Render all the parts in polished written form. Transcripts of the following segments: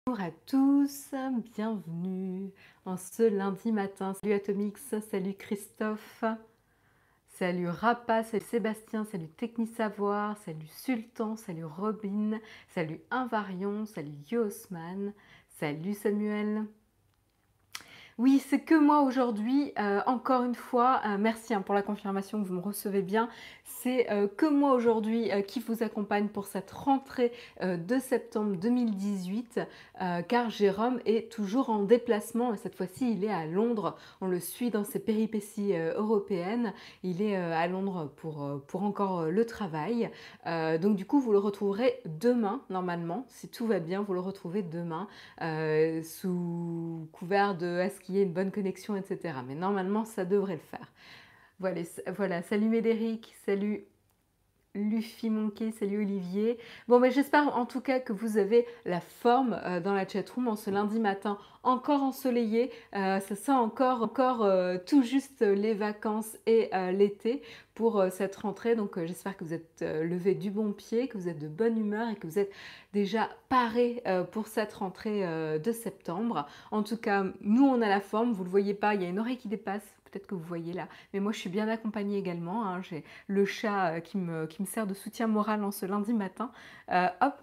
Bonjour à tous, bienvenue en ce lundi matin. Salut Atomix, salut Christophe, salut Rapa, salut Sébastien, salut Technisavoir, salut Sultan, salut Robin, salut Invarion, salut Yosman, salut Samuel. Oui, c'est que moi aujourd'hui, encore une fois, merci pour la confirmation que vous me recevez bien. C'est que moi aujourd'hui qui vous accompagne pour cette rentrée de septembre 2018, car Jérôme est toujours en déplacement et cette fois-ci il est à Londres. On le suit dans ses péripéties européennes. Il est à Londres pour encore le travail. Donc du coup, vous le retrouverez demain, normalement. Si tout va bien, vous le retrouvez demain sous couvert de est-ce qu'il y a une bonne connexion, etc. Mais normalement, ça devrait le faire. Voilà, voilà. Salut Médéric, salut Luffy Monkey, salut Olivier. Bon, mais j'espère en tout cas que vous avez la forme dans la chatroom en ce lundi matin encore ensoleillé. Ça sent encore tout juste les vacances et l'été pour cette rentrée. Donc j'espère que vous êtes levé du bon pied, que vous êtes de bonne humeur et que vous êtes déjà paré pour cette rentrée de septembre. En tout cas, nous on a la forme, vous ne le voyez pas, il y a une oreille qui dépasse, peut-être que vous voyez là. Mais moi je suis bien accompagnée également, hein. J'ai le chat qui me sert de soutien moral en ce lundi matin. Hop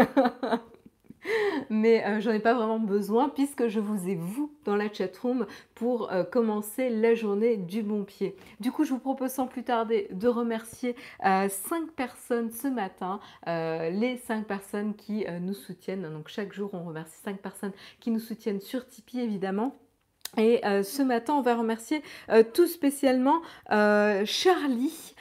Mais j'en ai pas vraiment besoin puisque je vous ai vous dans la chatroom pour commencer la journée du bon pied. Du coup, je vous propose sans plus tarder de remercier 5 personnes ce matin, les 5 personnes qui nous soutiennent. Donc chaque jour, on remercie 5 personnes qui nous soutiennent sur Tipeee évidemment. Et ce matin, on va remercier tout spécialement Charlie,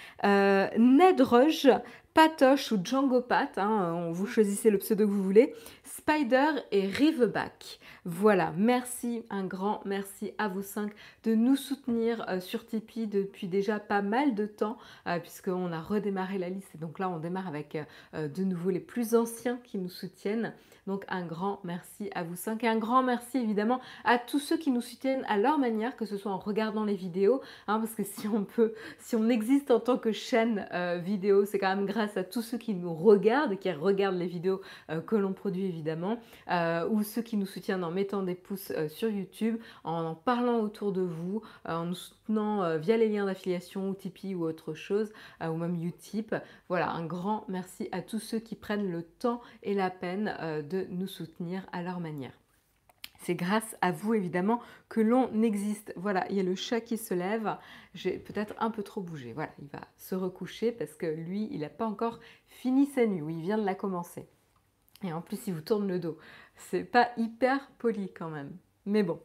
Ned Rush, Patoche ou Django Pat, hein, vous choisissez le pseudo que vous voulez, Spider et Riveback. Voilà, merci, un grand merci à vous 5 de nous soutenir sur Tipeee depuis déjà pas mal de temps, puisqu'on a redémarré la liste. Et donc là, on démarre avec de nouveau les plus anciens qui nous soutiennent. Donc un grand merci à vous 5 et un grand merci évidemment à tous ceux qui nous soutiennent à leur manière, que ce soit en regardant les vidéos, hein, parce que si on existe en tant que chaîne vidéo, c'est quand même grâce à tous ceux qui nous regardent, qui regardent les vidéos que l'on produit évidemment, ou ceux qui nous soutiennent en mettant des pouces sur YouTube, en parlant autour de vous, en nous soutenant via les liens d'affiliation ou Tipeee ou autre chose, ou même Utip. Voilà, un grand merci à tous ceux qui prennent le temps et la peine de nous soutenir à leur manière. C'est grâce à vous, évidemment, que l'on existe. Voilà, il y a le chat qui se lève. J'ai peut-être un peu trop bougé. Voilà, il va se recoucher parce que lui, il n'a pas encore fini sa nuit. Oui, il vient de la commencer. Et en plus, il vous tourne le dos. C'est pas hyper poli quand même. Mais bon.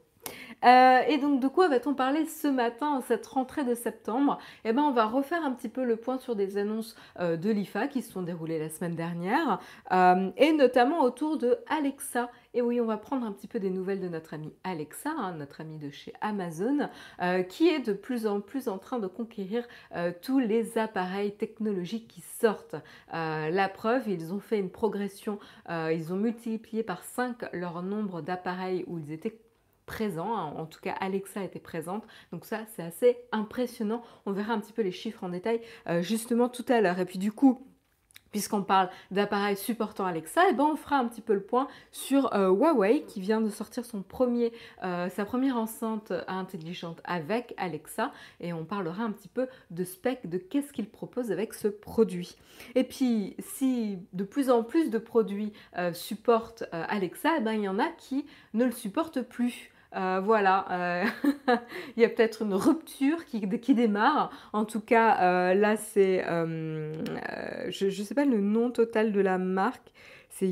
Et donc de quoi va-t-on parler ce matin en cette rentrée de septembre? Eh ben, on va refaire un petit peu le point sur des annonces de l'IFA qui se sont déroulées la semaine dernière et notamment autour de Alexa. Et oui, on va prendre un petit peu des nouvelles de notre amie Alexa, hein, notre amie de chez Amazon, qui est de plus en plus en train de conquérir tous les appareils technologiques qui sortent. La preuve, ils ont fait une progression, ils ont multiplié par 5 leur nombre d'appareils où ils étaient présent, en tout cas Alexa était présente, donc ça c'est assez impressionnant. On verra un petit peu les chiffres en détail justement tout à l'heure. Et puis du coup, puisqu'on parle d'appareils supportant Alexa, et ben on fera un petit peu le point sur Huawei qui vient de sortir sa première enceinte intelligente avec Alexa, et on parlera un petit peu de spec, de qu'est-ce qu'il propose avec ce produit. Et puis si de plus en plus de produits supportent Alexa, et ben il y en a qui ne le supportent plus. Voilà, il y a peut-être une rupture qui démarre. En tout cas, là, c'est... je ne sais pas le nom total de la marque. C'est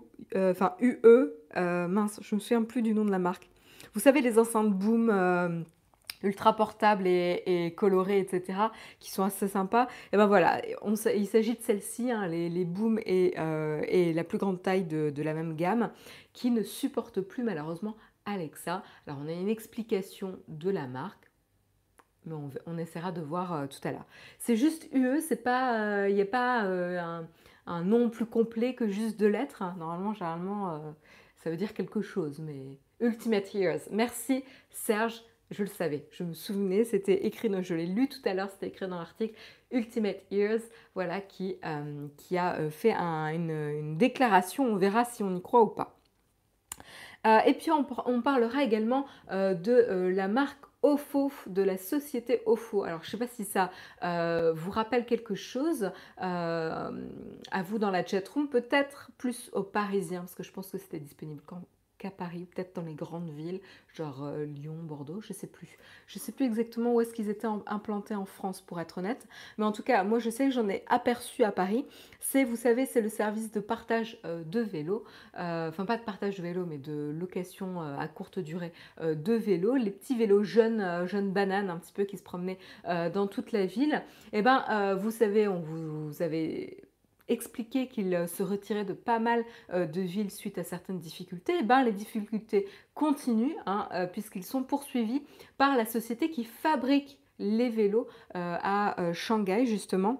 UE. Mince, je ne me souviens plus du nom de la marque. Vous savez, les enceintes Boom ultra portables et colorées, etc., qui sont assez sympas. Et ben voilà, il s'agit de celles-ci, hein, les Boom et la plus grande taille de la même gamme, qui ne supportent plus malheureusement Alexa. Alors on a une explication de la marque, mais on essaiera de voir tout à l'heure. C'est juste UE, il n'y a pas un nom plus complet que juste 2 lettres, hein. Normalement, généralement, ça veut dire quelque chose, mais Ultimate Ears. Merci Serge, je le savais, je me souvenais, c'était écrit, je l'ai lu tout à l'heure, c'était écrit dans l'article, Ultimate Ears, voilà, qui a fait une déclaration, on verra si on y croit ou pas. Et puis on parlera également de la marque Ofo, de la société Ofo. Alors je ne sais pas si ça vous rappelle quelque chose à vous dans la chatroom, peut-être plus aux Parisiens, parce que je pense que c'était disponible qu'à Paris, peut-être dans les grandes villes, genre Lyon, Bordeaux, je sais plus. Je sais plus exactement où est-ce qu'ils étaient implantés en France, pour être honnête. Mais en tout cas, moi je sais que j'en ai aperçu à Paris. C'est, vous savez, c'est le service de partage de vélos. Enfin pas de partage de vélos, mais de location à courte durée de vélos. Les petits vélos jeunes bananes, un petit peu, qui se promenaient dans toute la ville. Et ben, vous savez, on vous avez expliqué qu'il se retirait de pas mal de villes suite à certaines difficultés. Et ben, les difficultés continuent, hein, puisqu'ils sont poursuivis par la société qui fabrique les vélos à Shanghai, justement.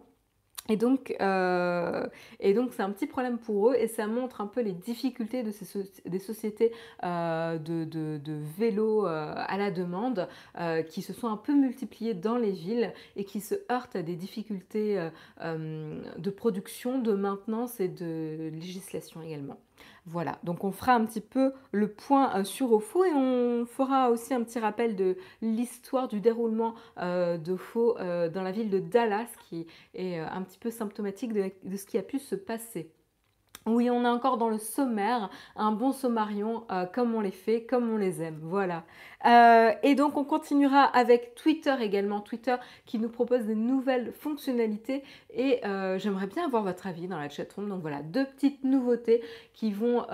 Et donc c'est un petit problème pour eux, et ça montre un peu les difficultés de des sociétés de vélos à la demande qui se sont un peu multipliées dans les villes et qui se heurtent à des difficultés de production, de maintenance et de législation également. Voilà, donc on fera un petit peu le point sur Ofo, et on fera aussi un petit rappel de l'histoire du déroulement d'Ofo dans la ville de Dallas, qui est un petit peu symptomatique de ce qui a pu se passer. Oui, on a encore dans le sommaire un bon sommarion, comme on les fait, comme on les aime, voilà. Et donc on continuera avec Twitter également, Twitter qui nous propose des nouvelles fonctionnalités, et j'aimerais bien avoir votre avis dans la chatroom. Donc voilà, deux petites nouveautés qui vont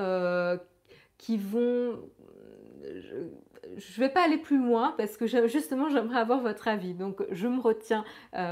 je ne vais pas aller plus loin parce que justement j'aimerais avoir votre avis, donc je me retiens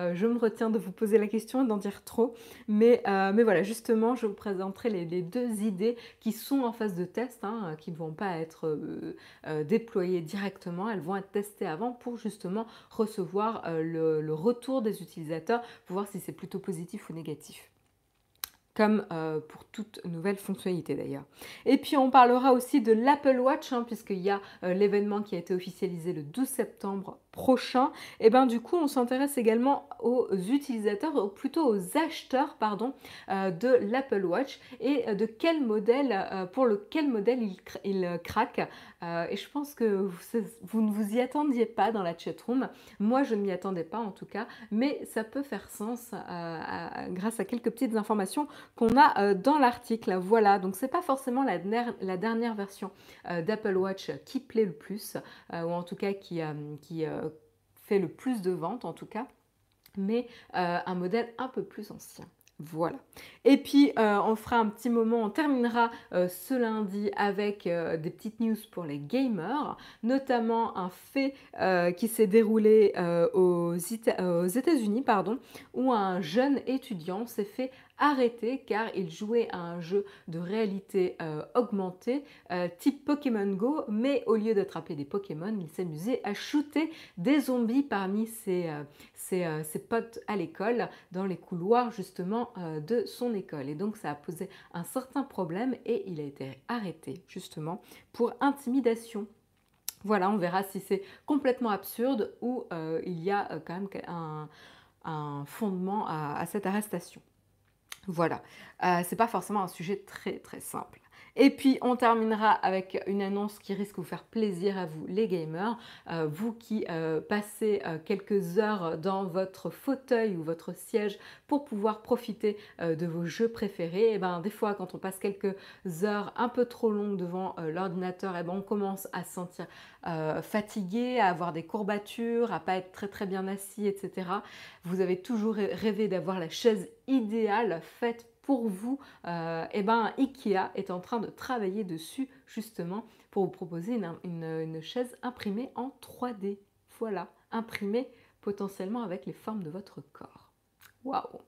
de vous poser la question et d'en dire trop, mais voilà, justement je vous présenterai les deux idées qui sont en phase de test, hein, qui ne vont pas être déployées directement, elles vont être testées avant pour justement recevoir le retour des utilisateurs pour voir si c'est plutôt positif ou négatif, comme pour toute nouvelle fonctionnalité d'ailleurs. Et puis on parlera aussi de l'Apple Watch, hein, puisqu'il y a l'événement qui a été officialisé le 12 septembre prochain. Et ben du coup on s'intéresse également aux utilisateurs, ou plutôt aux acheteurs, pardon, de l'Apple Watch, et de quel modèle, pour lequel modèle il craque. Et je pense que vous ne vous y attendiez pas dans la chatroom. Moi je ne m'y attendais pas en tout cas, mais ça peut faire sens grâce à quelques petites informations qu'on a dans l'article. Voilà, donc c'est pas forcément la dernière version d'Apple Watch qui plaît le plus, ou en tout cas qui fait le plus de ventes en tout cas, mais un modèle un peu plus ancien. Voilà. Et puis, on fera un petit moment, on terminera ce lundi avec des petites news pour les gamers, notamment un fait qui s'est déroulé aux États-Unis, pardon, où un jeune étudiant s'est fait arrêter car il jouait à un jeu de réalité augmentée type Pokémon Go, mais au lieu d'attraper des Pokémon, il s'amusait à shooter des zombies parmi ses potes à l'école, dans les couloirs justement de son école. Et donc ça a posé un certain problème et il a été arrêté justement pour intimidation. Voilà, on verra si c'est complètement absurde ou il y a quand même un fondement à cette arrestation. Voilà, c'est pas forcément un sujet très très simple. Et puis on terminera avec une annonce qui risque de vous faire plaisir à vous les gamers, vous qui passez quelques heures dans votre fauteuil ou votre siège pour pouvoir profiter de vos jeux préférés. Et ben des fois quand on passe quelques heures un peu trop longues devant l'ordinateur, et ben on commence à se sentir fatigué, à avoir des courbatures, à pas être très très bien assis, etc. Vous avez toujours rêvé d'avoir la chaise idéale faite pour vous, et ben Ikea est en train de travailler dessus justement pour vous proposer une chaise imprimée en 3D. Voilà, imprimée potentiellement avec les formes de votre corps. Waouh!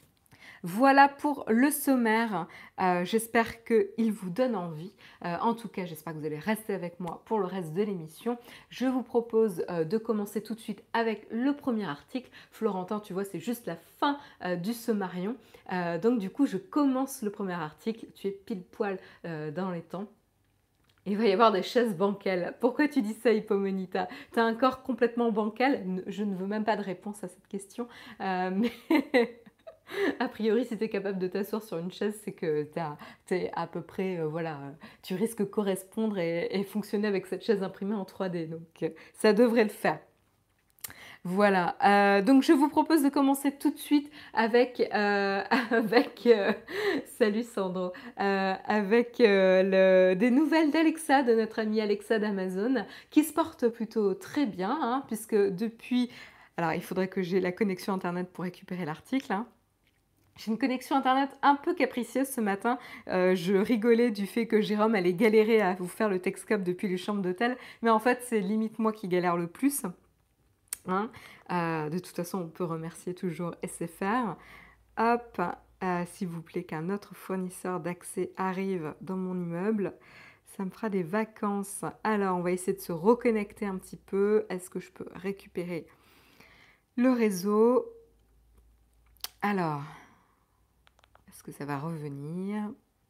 Voilà pour le sommaire, j'espère qu'il vous donne envie. En tout cas, j'espère que vous allez rester avec moi pour le reste de l'émission. Je vous propose de commencer tout de suite avec le premier article. Florentin, tu vois, c'est juste la fin du sommarion. Donc du coup, je commence le premier article. Tu es pile poil dans les temps. Il va y avoir des chaises bancales. Pourquoi tu dis ça, Hippomonita? Tu as un corps complètement bancal? Je ne veux même pas de réponse à cette question. Mais A priori, si tu es capable de t'asseoir sur une chaise, c'est que tu es à peu près, voilà, tu risques correspondre et fonctionner avec cette chaise imprimée en 3D, donc ça devrait le faire. Voilà, donc je vous propose de commencer tout de suite avec, avec, salut Sandro, avec, des nouvelles d'Alexa, de notre amie Alexa d'Amazon, qui se porte plutôt très bien, hein, puisque depuis alors il faudrait que j'ai la connexion internet pour récupérer l'article, hein. J'ai une connexion internet un peu capricieuse ce matin. Je rigolais du fait que Jérôme allait galérer à vous faire le Texcope depuis les chambres d'hôtel, mais en fait, c'est limite moi qui galère le plus, hein. De toute façon, on peut remercier toujours SFR. Hop, s'il vous plaît, qu'un autre fournisseur d'accès arrive dans mon immeuble. Ça me fera des vacances. Alors, on va essayer de se reconnecter un petit peu. Est-ce que je peux récupérer le réseau? Alors, est-ce que ça va revenir?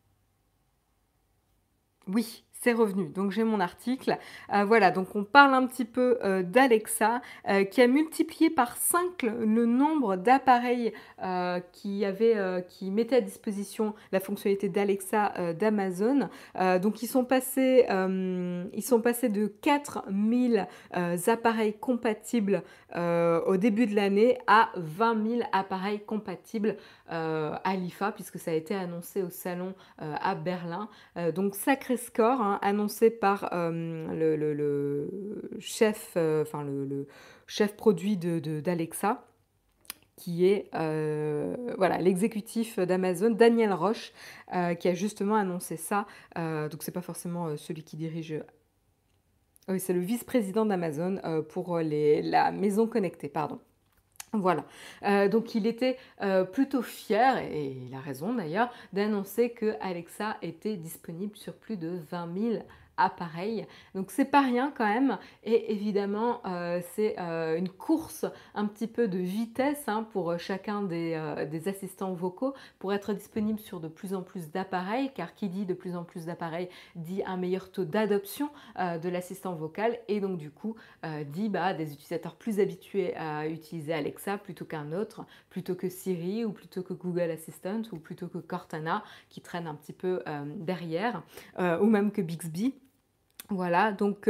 Oui, c'est revenu. Donc j'ai mon article. Voilà, donc on parle un petit peu d'Alexa qui a multiplié par 5 le nombre d'appareils qui mettaient à disposition la fonctionnalité d'Alexa d'Amazon. Donc ils sont passés de 4000 appareils compatibles au début de l'année à 20 000 appareils compatibles à l'IFA, puisque ça a été annoncé au salon à Berlin. Donc sacré score, hein, annoncé par le chef, enfin le chef produit d'Alexa, qui est voilà, l'exécutif d'Amazon, Daniel Roche, qui a justement annoncé ça. Donc c'est pas forcément celui qui dirige. Oui, c'est le vice-président d'Amazon pour la maison connectée, pardon. Voilà, donc il était plutôt fier, et il a raison d'ailleurs, d'annoncer que Alexa était disponible sur plus de 20 000 appareils. Donc c'est pas rien quand même, et évidemment c'est une course un petit peu de vitesse, hein, pour chacun des assistants vocaux pour être disponible sur de plus en plus d'appareils, car qui dit de plus en plus d'appareils dit un meilleur taux d'adoption de l'assistant vocal, et donc du coup dit des utilisateurs plus habitués à utiliser Alexa plutôt qu'un autre, plutôt que Siri ou plutôt que Google Assistant ou plutôt que Cortana qui traîne un petit peu derrière, ou même que Bixby. Voilà, donc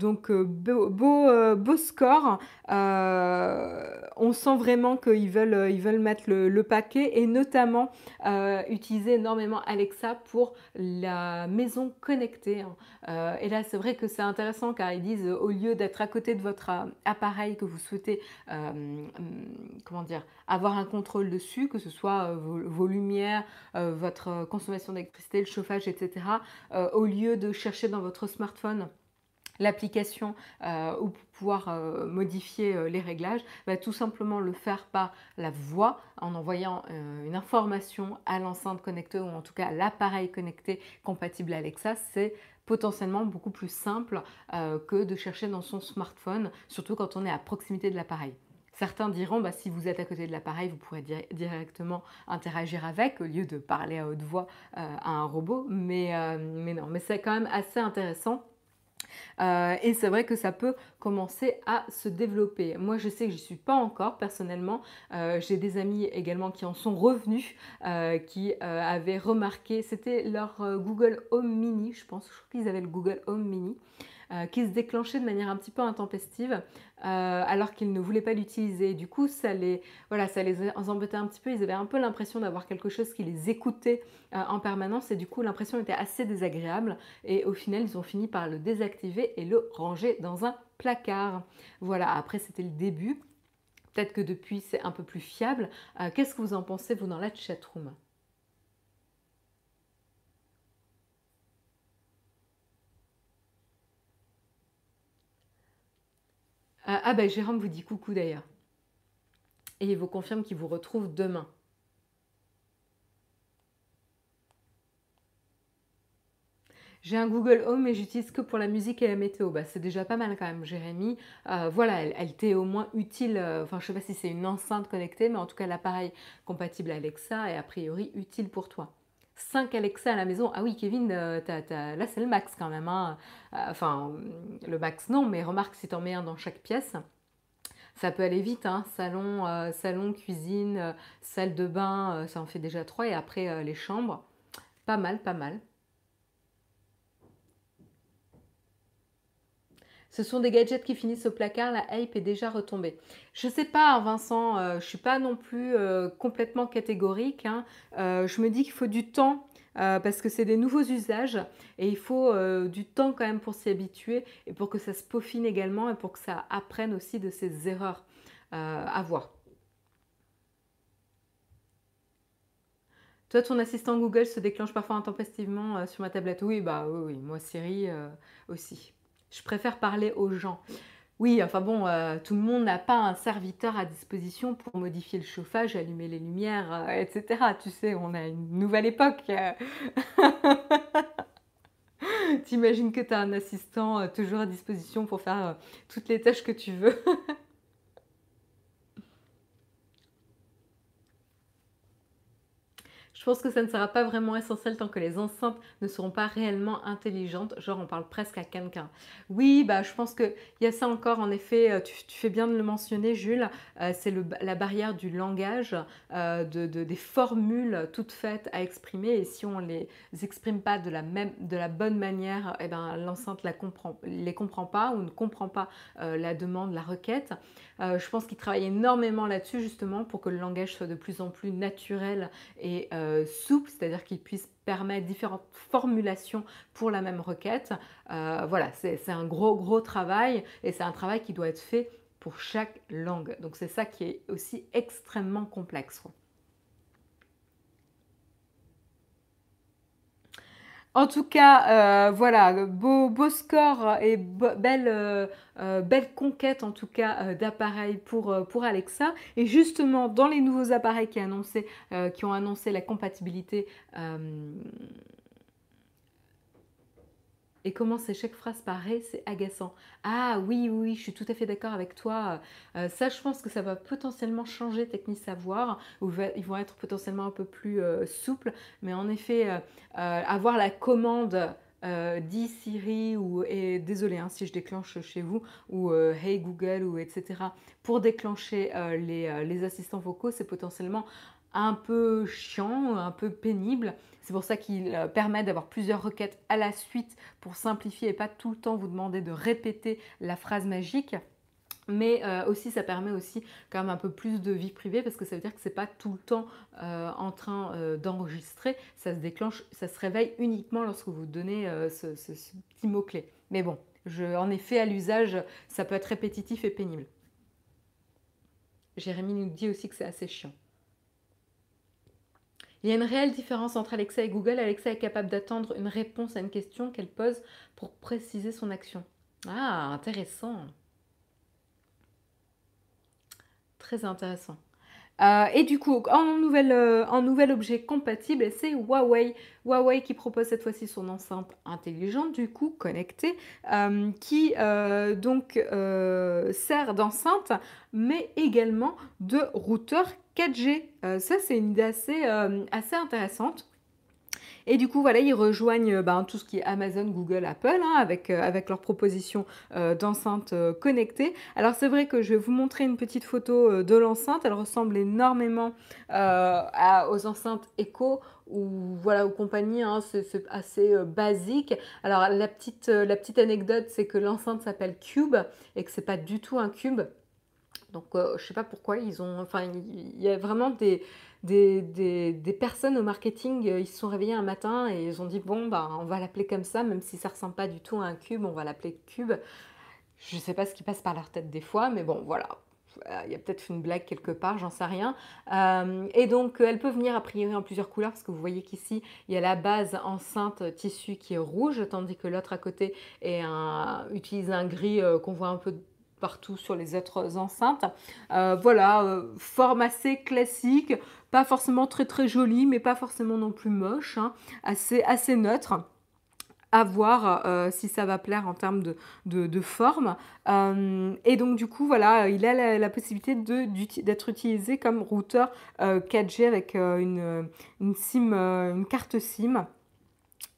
beau score. On sent vraiment qu'ils veulent mettre le paquet, et notamment utiliser énormément Alexa pour la maison connectée, hein. Et là, c'est vrai que c'est intéressant, car ils disent, au lieu d'être à côté de votre appareil que vous souhaitez, comment dire, avoir un contrôle dessus, que ce soit vos lumières, votre consommation d'électricité, le chauffage, etc., au lieu de chercher dans votre smartphone l'application ou pour pouvoir modifier les réglages, tout simplement le faire par la voix en envoyant une information à l'enceinte connectée, ou en tout cas à l'appareil connecté compatible Alexa. C'est potentiellement beaucoup plus simple que de chercher dans son smartphone, surtout quand on est à proximité de l'appareil. Certains diront, si vous êtes à côté de l'appareil, vous pourrez directement interagir avec, au lieu de parler à haute voix à un robot, mais non, mais c'est quand même assez intéressant. Et c'est vrai que ça peut commencer à se développer. Moi, je sais que je n'y suis pas encore personnellement. J'ai des amis également qui en sont revenus, qui avaient remarqué, c'était leur Google Home Mini, je crois qu'ils avaient le Google Home Mini, qui se déclenchait de manière un petit peu intempestive alors qu'ils ne voulaient pas l'utiliser. Du coup, ça les embêtait un petit peu. Ils avaient un peu l'impression d'avoir quelque chose qui les écoutait en permanence, et du coup, l'impression était assez désagréable. Et au final, ils ont fini par le désactiver et le ranger dans un placard. Voilà, après, c'était le début. Peut-être que depuis, c'est un peu plus fiable. Qu'est-ce que vous en pensez, vous, dans la chatroom ? Jérôme vous dit coucou d'ailleurs. Et il vous confirme qu'il vous retrouve demain. J'ai un Google Home, mais j'utilise que pour la musique et la météo. C'est déjà pas mal quand même, Jérémy. Voilà, elle t'est au moins utile. Enfin, je sais pas si c'est une enceinte connectée, mais en tout cas, l'appareil compatible Alexa est a priori utile pour toi. 5 Alexa à la maison. Ah oui, Kevin, là c'est le max quand même, hein. Enfin, le max non, mais remarque si t'en mets un dans chaque pièce. Ça peut aller vite, hein, salon, cuisine, salle de bain, ça en fait déjà 3 et après, les chambres. Pas mal, pas mal. Ce sont des gadgets qui finissent au placard, la hype est déjà retombée. Je sais pas, hein, Vincent, je suis pas non plus complètement catégorique, hein. Je me dis qu'il faut du temps parce que c'est des nouveaux usages et il faut du temps quand même pour s'y habituer et pour que ça se peaufine également et pour que ça apprenne aussi de ses erreurs à voir. Toi, ton assistant Google se déclenche parfois intempestivement sur ma tablette. Oui, bah oui, oui. Moi, Siri aussi. Je préfère parler aux gens. Oui, enfin bon, tout le monde n'a pas un serviteur à disposition pour modifier le chauffage, allumer les lumières, etc. Tu sais, on a une nouvelle époque. T'imagines que tu as un assistant toujours à disposition pour faire toutes les tâches que tu veux. Je pense que ça ne sera pas vraiment essentiel tant que les enceintes ne seront pas réellement intelligentes, genre on parle presque à quelqu'un. Oui, bah, je pense qu'il y a ça encore, en effet, tu fais bien de le mentionner, Jules, c'est la barrière du langage, des formules toutes faites à exprimer, et si on ne les exprime pas de la bonne manière, eh ben, l'enceinte les comprend pas ou ne comprend pas la demande, la requête. Je pense qu'ils travaillent énormément là-dessus, justement, pour que le langage soit de plus en plus naturel et souple, c'est-à-dire qu'il puisse permettre différentes formulations pour la même requête. Voilà, c'est un gros travail et c'est un travail qui doit être fait pour chaque langue. Donc c'est ça qui est aussi extrêmement complexe. En tout cas, voilà, beau score et belle conquête en tout cas d'appareils pour Alexa. Et justement, dans les nouveaux appareils qui ont annoncé la compatibilité et commence chaque phrase par «et», c'est agaçant. Ah oui, oui, oui, je suis tout à fait d'accord avec toi. Ça, je pense que ça va potentiellement changer Techni Savoir, où ils vont être potentiellement un peu plus souples. Mais en effet, avoir la commande dis Siri ou et désolé hein, si je déclenche chez vous ou Hey Google ou etc. pour déclencher les assistants vocaux, c'est potentiellement un peu chiant, un peu pénible. C'est pour ça qu'il permet d'avoir plusieurs requêtes à la suite pour simplifier et pas tout le temps vous demander de répéter la phrase magique. Mais aussi, ça permet aussi quand même un peu plus de vie privée parce que ça veut dire que c'est pas tout le temps en train d'enregistrer. Ça se déclenche, ça se réveille uniquement lorsque vous donnez ce petit mot-clé. Mais bon, en effet, à l'usage, ça peut être répétitif et pénible. Jérémy nous dit aussi que c'est assez chiant. Il y a une réelle différence entre Alexa et Google. Alexa est capable d'attendre une réponse à une question qu'elle pose pour préciser son action. Ah, intéressant. Très intéressant. Et du coup, en nouvel objet compatible, c'est Huawei. Huawei qui propose cette fois-ci son enceinte intelligente, du coup connectée, qui donc sert d'enceinte, mais également de routeur 4G. Ça, c'est une idée assez intéressante. Et du coup, voilà, ils rejoignent tout ce qui est Amazon, Google, Apple, hein, avec leur proposition d'enceinte connectée. Alors c'est vrai que je vais vous montrer une petite photo de l'enceinte. Elle ressemble énormément aux enceintes Echo ou voilà aux compagnies. Hein, c'est assez basique. Alors la petite anecdote, c'est que l'enceinte s'appelle Cube et que c'est pas du tout un cube. Donc, je sais pas pourquoi enfin, il y a vraiment des personnes au marketing, ils se sont réveillés un matin et ils ont dit bon, bah, on va l'appeler comme ça, même si ça ressemble pas du tout à un cube, on va l'appeler cube. Je sais pas ce qui passe par leur tête des fois, mais bon, voilà. Il y a peut-être une blague quelque part, j'en sais rien. Et donc, elle peut venir a priori en plusieurs couleurs, parce que vous voyez qu'ici, il y a la base enceinte tissu qui est rouge, tandis que l'autre à côté utilise un gris qu'on voit un peu partout sur les autres enceintes. Voilà, forme assez classique, pas forcément très très jolie, mais pas forcément non plus moche, hein, assez neutre à voir si ça va plaire en termes de forme. Et donc du coup, voilà, il a la possibilité d'être utilisé comme routeur 4G avec une carte SIM.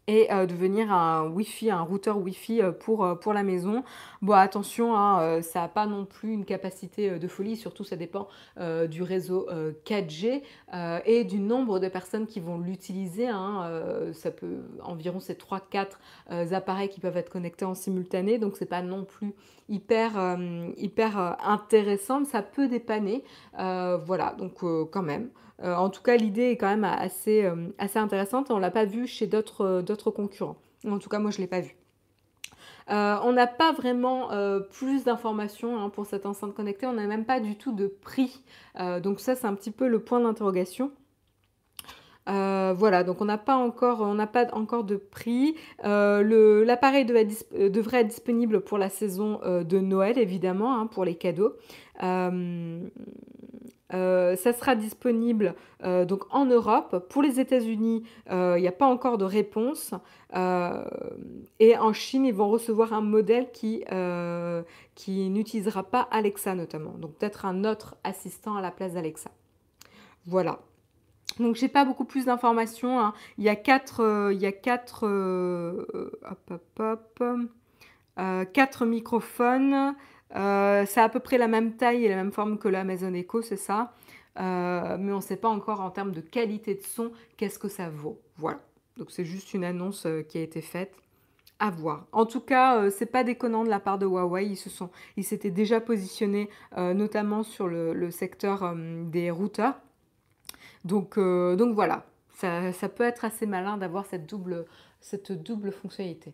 et devenir un Wi-Fi, un routeur Wi-Fi, pour la maison. Bon attention, hein, ça a pas non plus une capacité, de folie, surtout ça dépend, du réseau, 4G, et du nombre de personnes qui vont l'utiliser, hein, ça peut environ c'est 3-4 appareils qui peuvent être connectés en simultané, donc c'est pas non plus hyper, intéressant, mais ça peut dépanner, voilà donc quand même. En tout cas, l'idée est quand même assez intéressante et on l'a pas vu chez d'autres concurrents. En tout cas, moi, je l'ai pas vu. On n'a pas vraiment, plus d'informations, hein, pour cette enceinte connectée. On n'a même pas du tout de prix. Donc ça, c'est un petit peu le point d'interrogation. Voilà, donc on n'a pas encore de prix. L'appareil devrait être disponible pour la saison, de Noël évidemment, hein, pour les cadeaux. Hem, Ça sera disponible, donc en Europe. Pour les États-Unis, il y a pas encore de réponse, heu et en Chine, ils vont recevoir un modèle qui n'utilisera pas Alexa notamment, donc peut-être un autre assistant à la place d'Alexa. Voilà. Donc j'ai pas beaucoup plus d'informations, hein. Il y a 4, hop, hop, hop, 4 microphones. C'est à peu près la même taille et la même forme que l'Amazon Echo, c'est ça. Mais on ne sait pas encore en termes de qualité de son qu'est-ce que ça vaut. Voilà. Donc c'est juste une annonce qui a été faite. À voir. En tout cas, c'est pas déconnant de la part de Huawei. Ils s'étaient déjà positionnés, notamment sur le secteur des routeurs. Donc voilà, ça peut être assez malin d'avoir cette double fonctionnalité.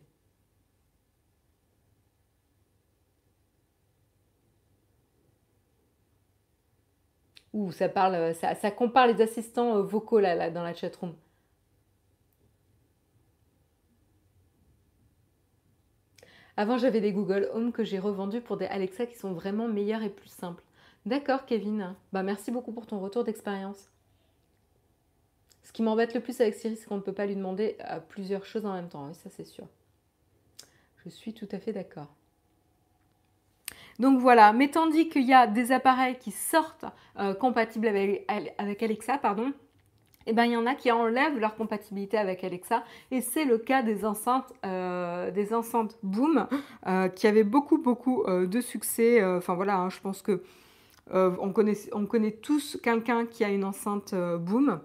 Ouh, ça compare les assistants vocaux là, dans la chatroom. Avant, j'avais des Google Home que j'ai revendus pour des Alexa qui sont vraiment meilleurs et plus simples. D'accord, Kevin. Bah, merci beaucoup pour ton retour d'expérience. Ce qui m'embête le plus avec Siri, c'est qu'on ne peut pas lui demander plusieurs choses en même temps. Oui, ça c'est sûr. Je suis tout à fait d'accord. Donc voilà, mais tandis qu'il y a des appareils qui sortent compatibles avec Alexa, pardon, et ben il y en a qui enlèvent leur compatibilité avec Alexa, et c'est le cas des enceintes Boom, qui avaient beaucoup de succès. Enfin voilà, hein, je pense que on connaît tous quelqu'un qui a une enceinte Boom.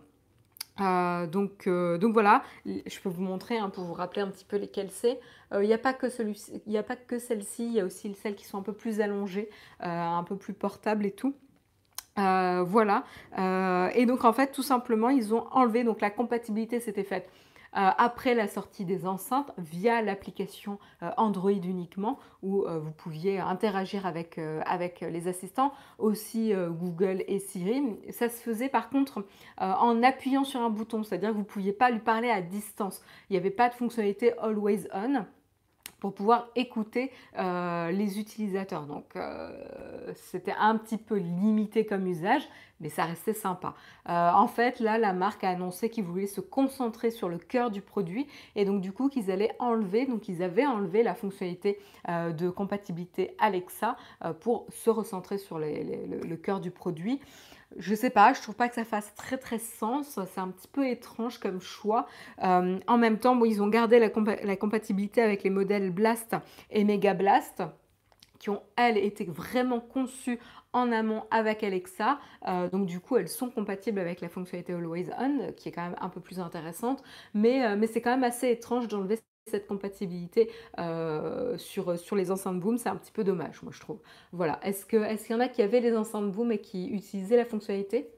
Donc voilà, je peux vous montrer, hein, pour vous rappeler un petit peu lesquelles c'est. Il n'y a pas que il y a pas que celle-ci, il y a aussi celles qui sont un peu plus allongées, un peu plus portables et tout. Voilà. Et donc en fait, tout simplement, ils ont enlevé, donc la compatibilité s'était faite après la sortie des enceintes via l'application Android uniquement, où vous pouviez interagir avec les assistants, aussi Google et Siri. Ça se faisait par contre en appuyant sur un bouton, c'est-à-dire que vous ne pouviez pas lui parler à distance. Il n'y avait pas de fonctionnalité Always On pour pouvoir écouter les utilisateurs. Donc c'était un petit peu limité comme usage, mais ça restait sympa. En fait, là, la marque a annoncé qu'ils voulaient se concentrer sur le cœur du produit, et donc du coup qu'ils allaient enlever, donc ils avaient enlevé la fonctionnalité de compatibilité Alexa pour se recentrer sur le cœur du produit. Je sais pas, je trouve pas que ça fasse très sens, c'est un petit peu étrange comme choix. En même temps, bon, ils ont gardé la compatibilité avec les modèles Blast et Mega Blast, qui ont, elles, été vraiment conçues en amont avec Alexa. Donc du coup, elles sont compatibles avec la fonctionnalité Always On, qui est quand même un peu plus intéressante. Mais c'est quand même assez étrange d'enlever cette compatibilité sur les enceintes Boom. C'est un petit peu dommage, moi, je trouve. Voilà. Est-ce qu'il y en a qui avaient les enceintes Boom et qui utilisaient la fonctionnalité?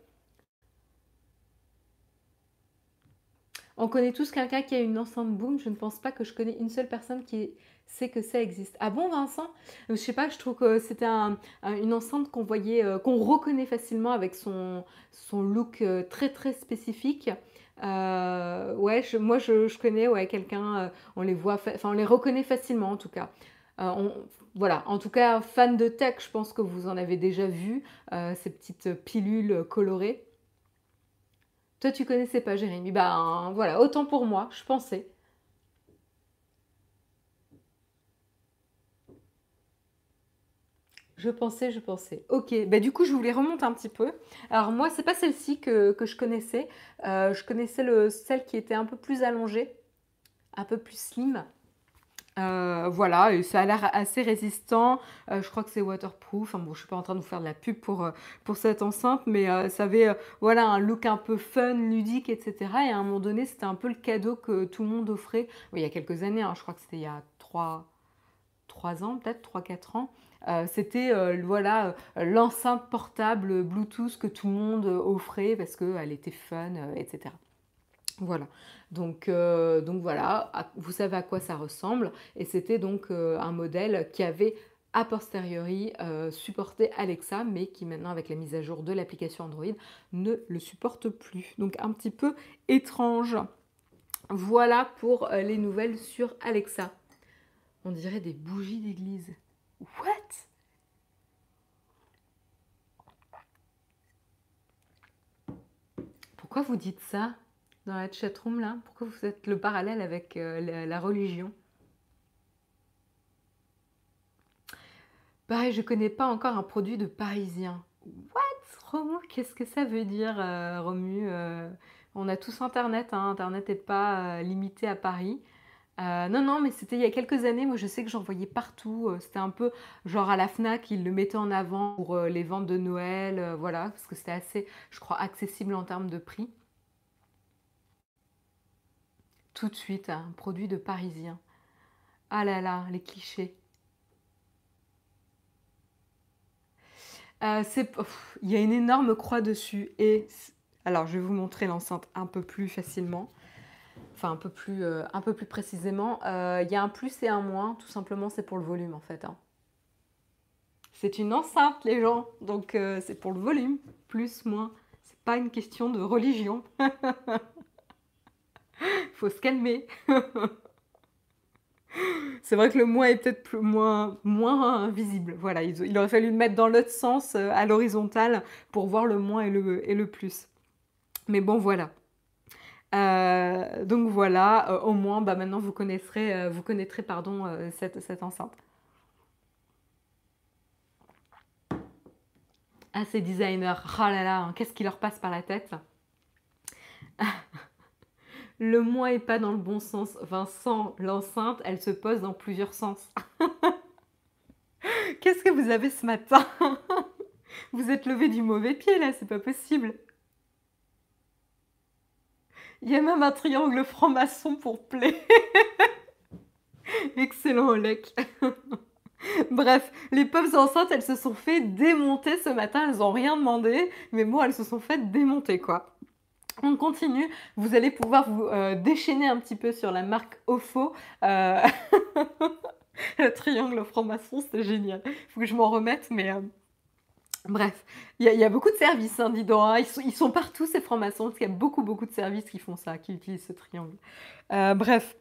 On connaît tous quelqu'un qui a une enceinte Boom. Je ne pense pas que je connais une seule personne qui sait que ça existe. Ah bon, Vincent? Je sais pas, je trouve que c'était une enceinte qu'on voyait, qu'on reconnaît facilement avec son look très spécifique. Ouais, je connais, ouais, quelqu'un, on les voit, enfin on les reconnaît facilement en tout cas. Voilà, en tout cas, fan de tech, je pense que vous en avez déjà vu, ces petites pilules colorées. Toi, tu connaissais pas, Jérémy. Ben voilà, autant pour moi, je pensais. Je pensais. Ok, bah du coup, je vous les remonte un petit peu. Alors moi, c'est pas celle-ci que je connaissais. Je connaissais celle qui était un peu plus allongée. un peu plus slim. Voilà et ça a l'air assez résistant, je crois que c'est waterproof. Enfin bon, je suis pas en train de vous faire de la pub pour cette enceinte, mais ça avait, voilà, un look un peu fun, ludique et cetera et à un moment donné, c'était un peu le cadeau que tout le monde offrait. Oui, il y a quelques années, hein, je crois que c'était il y a 3 ans peut-être, 3 4 ans. C'était, voilà, l'enceinte portable Bluetooth que tout le monde, offrait parce qu'elle était fun, et cetera. Voilà, donc voilà, vous savez à quoi ça ressemble et c'était donc un modèle qui avait a posteriori supporté Alexa, mais qui maintenant avec la mise à jour de l'application Android ne le supporte plus. Donc un petit peu étrange. Voilà pour les nouvelles sur Alexa. On dirait des bougies d'église. What? Pourquoi vous dites ça dans la chatroom là? Pourquoi vous faites le parallèle avec la religion? Pareil, je connais pas encore un produit de Parisien. What? Romu, qu'est-ce que ça veut dire, Romu? On a tous internet, hein, internet n'est pas limité à Paris. Non, non, mais c'était il y a quelques années, moi je sais que j'en voyais partout. C'était un peu genre à la Fnac, ils le mettaient en avant pour les ventes de Noël, voilà, parce que c'était assez, je crois, accessible en termes de prix. Tout de suite, un produit de Parisien. Ah là là, les clichés. Il y a une énorme croix dessus et alors je vais vous montrer l'enceinte un peu plus facilement, enfin un peu plus précisément. Il y a un plus et un moins, tout simplement c'est pour le volume en fait, hein. C'est une enceinte les gens, donc c'est pour le volume, plus, moins. C'est pas une question de religion. Faut se calmer. C'est vrai que le moins est peut-être moins visible. Voilà, il aurait fallu le mettre dans l'autre sens, à l'horizontale, pour voir le moins et le plus. Mais bon, voilà. Donc voilà, au moins, bah, maintenant vous connaîtrez pardon, cette enceinte. Ah, ces designers, oh là là, hein, qu'est-ce qui leur passe par la tête? Le moins est pas dans le bon sens. Vincent, l'enceinte, elle se pose dans plusieurs sens. Qu'est-ce que vous avez ce matin? Vous êtes levé du mauvais pied là, c'est pas possible. Il y a même un triangle franc-maçon pour play. Excellent, Olek. Bref, les pauvres enceintes, elles se sont fait démonter ce matin. Elles n'ont rien demandé, mais bon, elles se sont fait démonter, quoi. On continue. Vous allez pouvoir vous déchaîner un petit peu sur la marque Ofo. Le triangle franc-maçon, c'est génial. Il faut que je m'en remette, mais... Bref, il y a beaucoup de services, hein, dis donc, hein. Ils sont partout, ces francs-maçons, parce qu'il y a beaucoup, beaucoup de services qui font ça, qui utilisent ce triangle. Bref,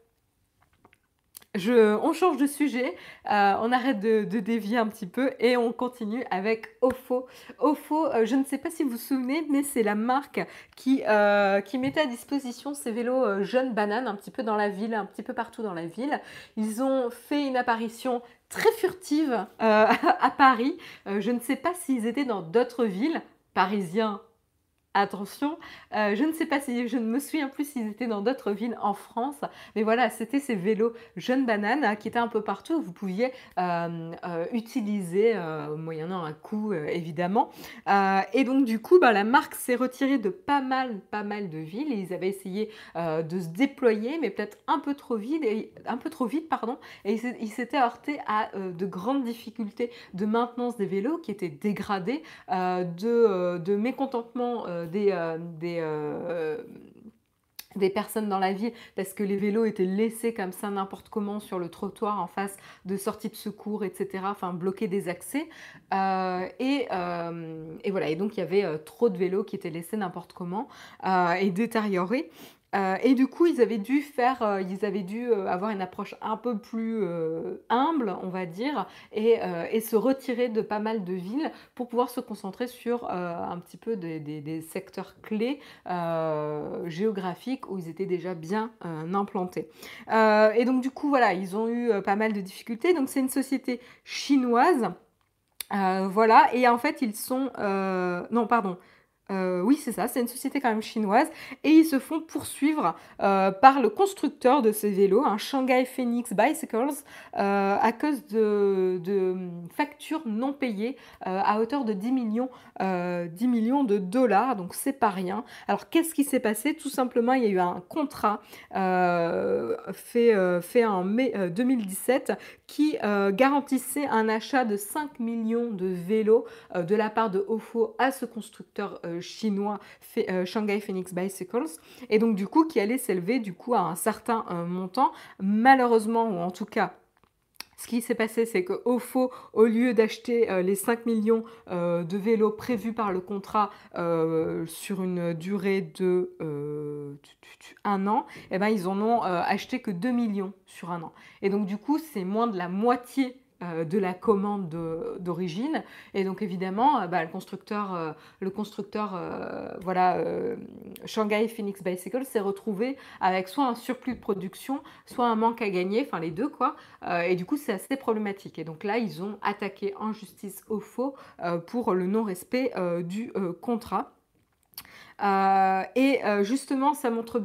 on change de sujet, on arrête de dévier un petit peu et on continue avec Ofo. Ofo, je ne sais pas si vous vous souvenez, mais c'est la marque qui mettait à disposition ces vélos jeunes bananes un petit peu dans la ville, un petit peu partout dans la ville. Ils ont fait une apparition très furtive à Paris. Je ne sais pas s'ils étaient dans d'autres villes, parisiens. Attention, je ne sais pas si je ne me souviens plus s'ils étaient dans d'autres villes en France, mais voilà, c'était ces vélos jeunes bananes qui étaient un peu partout. Vous pouviez utiliser moyennant un coût évidemment. Et donc du coup, bah, la marque s'est retirée de pas mal de villes. Et ils avaient essayé de se déployer, mais peut-être un peu trop vite, pardon. Et ils s'étaient heurtés à de grandes difficultés de maintenance des vélos qui étaient dégradés, de mécontentement des personnes dans la ville parce que les vélos étaient laissés comme ça n'importe comment sur le trottoir en face de sorties de secours, etc. Enfin, bloquer des accès. Et voilà. Et donc, il y avait trop de vélos qui étaient laissés n'importe comment et détériorés. Et du coup, ils avaient dû avoir une approche un peu plus humble, on va dire, et se retirer de pas mal de villes pour pouvoir se concentrer sur un petit peu des secteurs clés géographiques où ils étaient déjà bien implantés. Et donc du coup, voilà, ils ont eu pas mal de difficultés. Donc c'est une société chinoise. Voilà, et en fait, ils sont... non, pardon. Oui, c'est ça, c'est une société quand même chinoise et ils se font poursuivre, par le constructeur de ces vélos, hein, Shanghai Phoenix Bicycles, à cause de factures non payées, à hauteur de 10 millions de dollars, donc c'est pas rien. Alors qu'est-ce qui s'est passé? Tout simplement, il y a eu un contrat, fait en mai, 2017 qui, garantissait un achat de 5 millions de vélos, de la part de Ofo à ce constructeur, chinois Shanghai Phoenix Bicycles et donc du coup qui allait s'élever du coup à un certain, montant. Malheureusement ou en tout cas ce qui s'est passé, c'est que Ofo, au lieu d'acheter les 5 millions de vélos prévus par le contrat sur une durée de 1 an, eh ben, ils en ont acheté que 2 millions sur 1 an. Et donc du coup, c'est moins de la moitié de la commande d'origine. Et donc évidemment, bah, le constructeur voilà, Shanghai Phoenix Bicycle s'est retrouvé avec soit un surplus de production, soit un manque à gagner, enfin les deux quoi. Et du coup, c'est assez problématique. Et donc là, ils ont attaqué en justice Ofo pour le non-respect du contrat. Justement,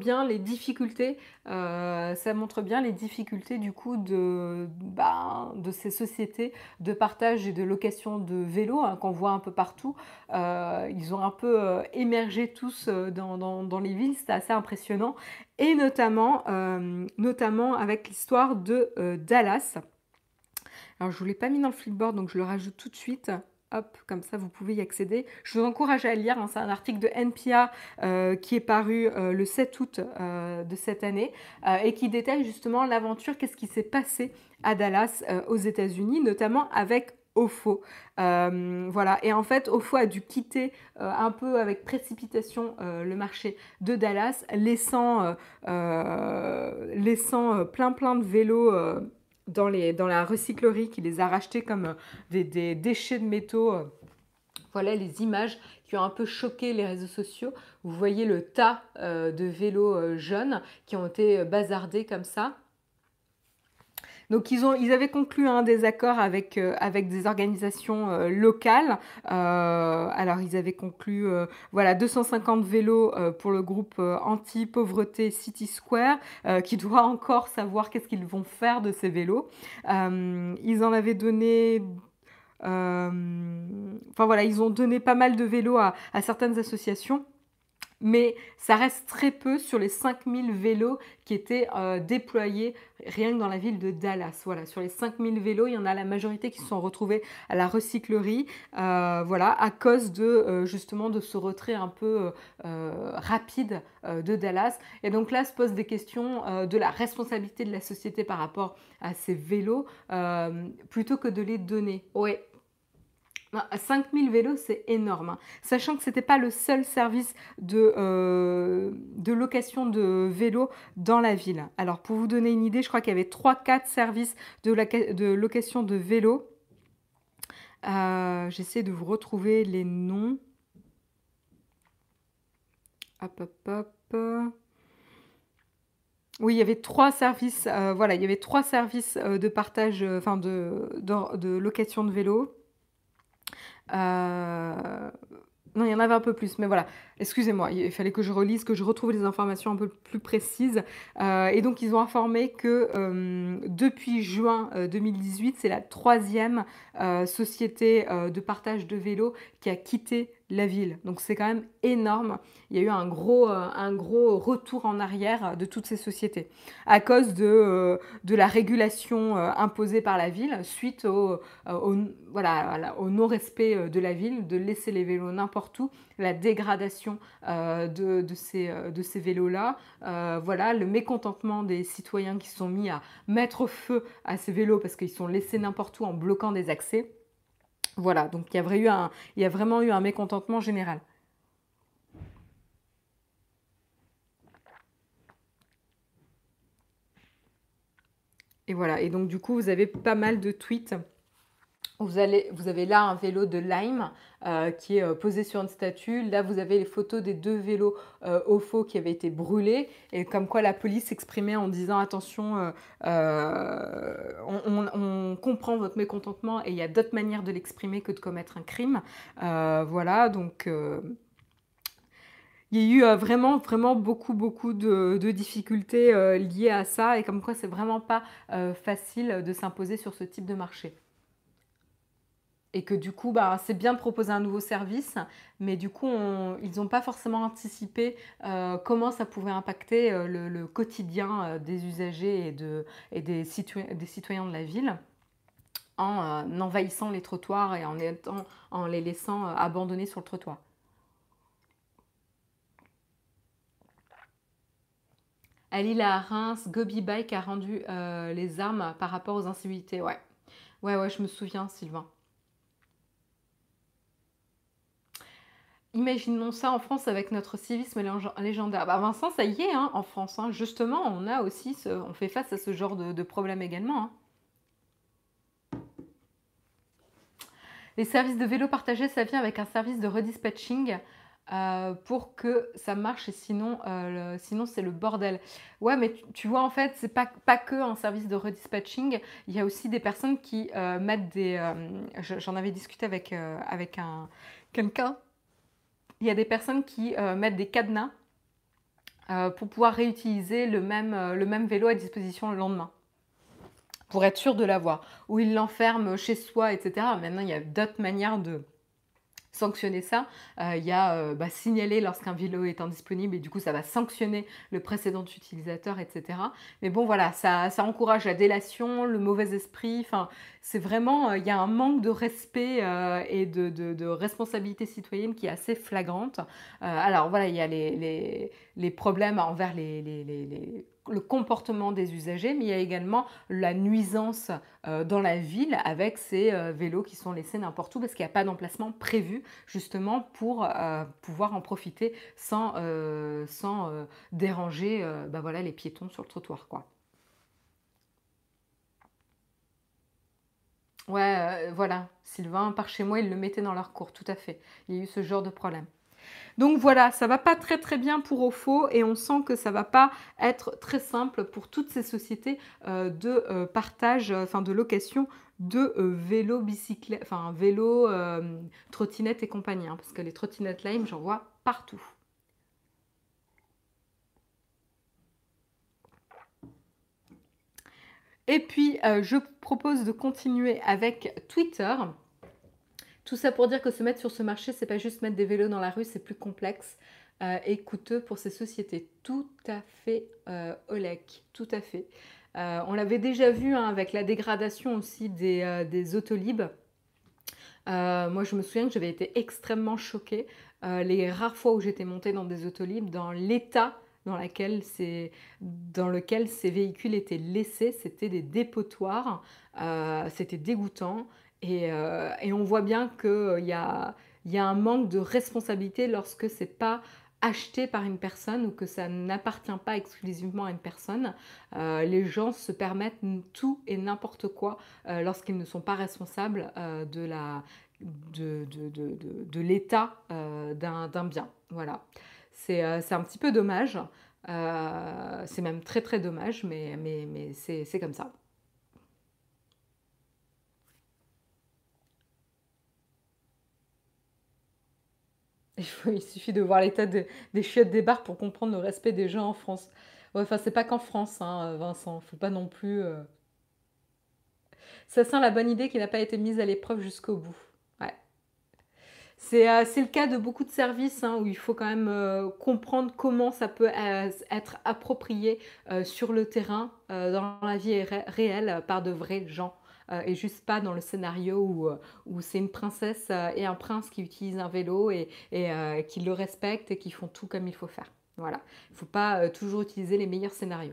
ça montre bien les difficultés du coup de ces sociétés de partage et de location de vélos hein, qu'on voit un peu partout. Ils ont un peu émergé tous dans les villes, c'était assez impressionnant. Et notamment avec l'histoire de Dallas. Alors, je ne vous l'ai pas mis dans le Flipboard, donc je le rajoute tout de suite. Hop, comme ça, vous pouvez y accéder. Je vous encourage à lire. Hein, c'est un article de NPR qui est paru le 7 août de cette année et qui détaille justement l'aventure, qu'est-ce qui s'est passé à Dallas aux États-Unis, notamment avec Ofo. Voilà. Et en fait, Ofo a dû quitter un peu avec précipitation le marché de Dallas, laissant plein de vélos dans la recyclerie qui les a rachetés comme des déchets de métaux. Voilà les images qui ont un peu choqué les réseaux sociaux. Vous voyez le tas de vélos jaunes qui ont été bazardés comme ça. Donc ils avaient conclu un désaccord avec des organisations locales. Alors ils avaient conclu voilà 250 vélos pour le groupe anti-pauvreté City Square qui doit encore savoir qu'est-ce qu'ils vont faire de ces vélos. Ils en avaient donné enfin voilà, ils ont donné pas mal de vélos à certaines associations. Mais ça reste très peu sur les 5000 vélos qui étaient déployés rien que dans la ville de Dallas. Voilà, sur les 5000 vélos, il y en a la majorité qui se sont retrouvés à la recyclerie, voilà, à cause justement de ce retrait un peu rapide de Dallas. Et donc là se posent des questions de la responsabilité de la société par rapport à ces vélos, plutôt que de les donner. Ouais. 5000 vélos, c'est énorme. Hein. Sachant que ce n'était pas le seul service de location de vélos dans la ville. Alors, pour vous donner une idée, je crois qu'il y avait 3-4 services de location de vélos. J'essaie de vous retrouver les noms. Hop, hop, hop. Oui, il y avait 3 services, voilà, il y avait 3 services de partage, enfin de location de vélos. Non, il y en avait un peu plus, mais voilà. Excusez-moi, il fallait que je relise, que je retrouve les informations un peu plus précises. Et donc, ils ont informé que depuis juin 2018, c'est la 3e société de partage de vélos qui a quitté la ville. Donc, c'est quand même énorme. Il y a eu un gros retour en arrière de toutes ces sociétés à cause de la régulation imposée par la ville suite voilà, au non-respect de la ville, de laisser les vélos n'importe où, la dégradation de ces vélos-là, voilà, le mécontentement des citoyens qui se sont mis à mettre feu à ces vélos parce qu'ils sont laissés n'importe où en bloquant des accès. Voilà, donc il y a vraiment eu un mécontentement général. Et voilà, et donc du coup, vous avez pas mal de tweets. Vous avez là un vélo de Lime qui est posé sur une statue. Là, vous avez les photos des 2 vélos Ofo qui avaient été brûlés. Et comme quoi la police s'exprimait en disant attention, on comprend votre mécontentement et il y a d'autres manières de l'exprimer que de commettre un crime. Voilà, donc Il y a eu, vraiment, vraiment beaucoup, beaucoup de difficultés, liées à ça et comme quoi c'est vraiment pas, facile de s'imposer sur ce type de marché. Et que du coup, bah, c'est bien de proposer un nouveau service, mais du coup, ils n'ont pas forcément anticipé, comment ça pouvait impacter, le quotidien, des usagers et des citoyens de la ville en, envahissant les trottoirs et en les laissant, abandonnés sur le trottoir. À Lille, à Reims, Gobi Bike a rendu, les armes par rapport aux incivilités, ouais. Ouais, ouais, je me souviens, Sylvain. Imaginons ça en France avec notre civisme légendaire. Bah, Vincent, ça y est, hein, en France, hein, justement, on fait face à ce genre de problème également, hein. Les services de vélo partagés, ça vient avec un service de redispatching pour que ça marche et sinon c'est le bordel. Ouais, mais tu vois, en fait, c'est pas que un service de redispatching. Il y a aussi des personnes qui mettent j'en avais discuté avec quelqu'un. Il y a des personnes qui mettent des cadenas pour pouvoir réutiliser le même vélo à disposition le lendemain, pour être sûr de l'avoir. Ou ils l'enferment chez soi, etc. Maintenant, il y a d'autres manières de sanctionner ça. Il y a signaler lorsqu'un vélo est indisponible et du coup ça va sanctionner le précédent utilisateur, etc. Mais bon voilà, ça encourage la délation, le mauvais esprit, enfin c'est vraiment, il y a un manque de respect et de responsabilité citoyenne qui est assez flagrante. Alors voilà, il y a les problèmes envers le comportement des usagers, mais il y a également la nuisance dans la ville avec ces vélos qui sont laissés n'importe où parce qu'il n'y a pas d'emplacement prévu justement pour pouvoir en profiter sans déranger voilà, les piétons sur le trottoir, quoi. Ouais, voilà, Sylvain, par chez moi, ils le mettaient dans leur cour, tout à fait. Il y a eu ce genre de problème. Donc voilà, ça va pas très très bien pour Ofo et on sent que ça va pas être très simple pour toutes ces sociétés de partage, enfin de location de vélos, bicyclettes, enfin vélos, trottinettes et compagnie, hein, parce que les trottinettes Lime, j'en vois partout. Et puis, je propose de continuer avec Twitter. Tout ça pour dire que se mettre sur ce marché, c'est pas juste mettre des vélos dans la rue, c'est plus complexe et coûteux pour ces sociétés. Tout à fait, Olek, tout à fait. On l'avait déjà vu hein, avec la dégradation aussi des autolibes. Moi, je me souviens que j'avais été extrêmement choquée les rares fois où j'étais montée dans des autolibes, dans l'état dans lequel ces véhicules étaient laissés, c'était des dépotoirs, c'était dégoûtant. Et on voit bien qu'il y a un manque de responsabilité lorsque c'est pas acheté par une personne ou que ça n'appartient pas exclusivement à une personne. Les gens se permettent tout et n'importe quoi lorsqu'ils ne sont pas responsables de l'état d'un bien. Voilà. C'est un petit peu dommage. C'est même très très dommage, mais c'est comme ça. Il suffit de voir l'état des chiottes des bars pour comprendre le respect des gens en France. Ouais, enfin, c'est pas qu'en France, hein, Vincent. Faut pas non plus. Ça sent la bonne idée qui n'a pas été mise à l'épreuve jusqu'au bout. Ouais. C'est le cas de beaucoup de services hein, où il faut quand même comprendre comment ça peut être approprié sur le terrain, dans la vie réelle, par de vrais gens. Et juste pas dans le scénario où c'est une princesse et un prince qui utilisent un vélo et qui le respectent et qui font tout comme il faut faire. Voilà. Il ne faut pas toujours utiliser les meilleurs scénarios.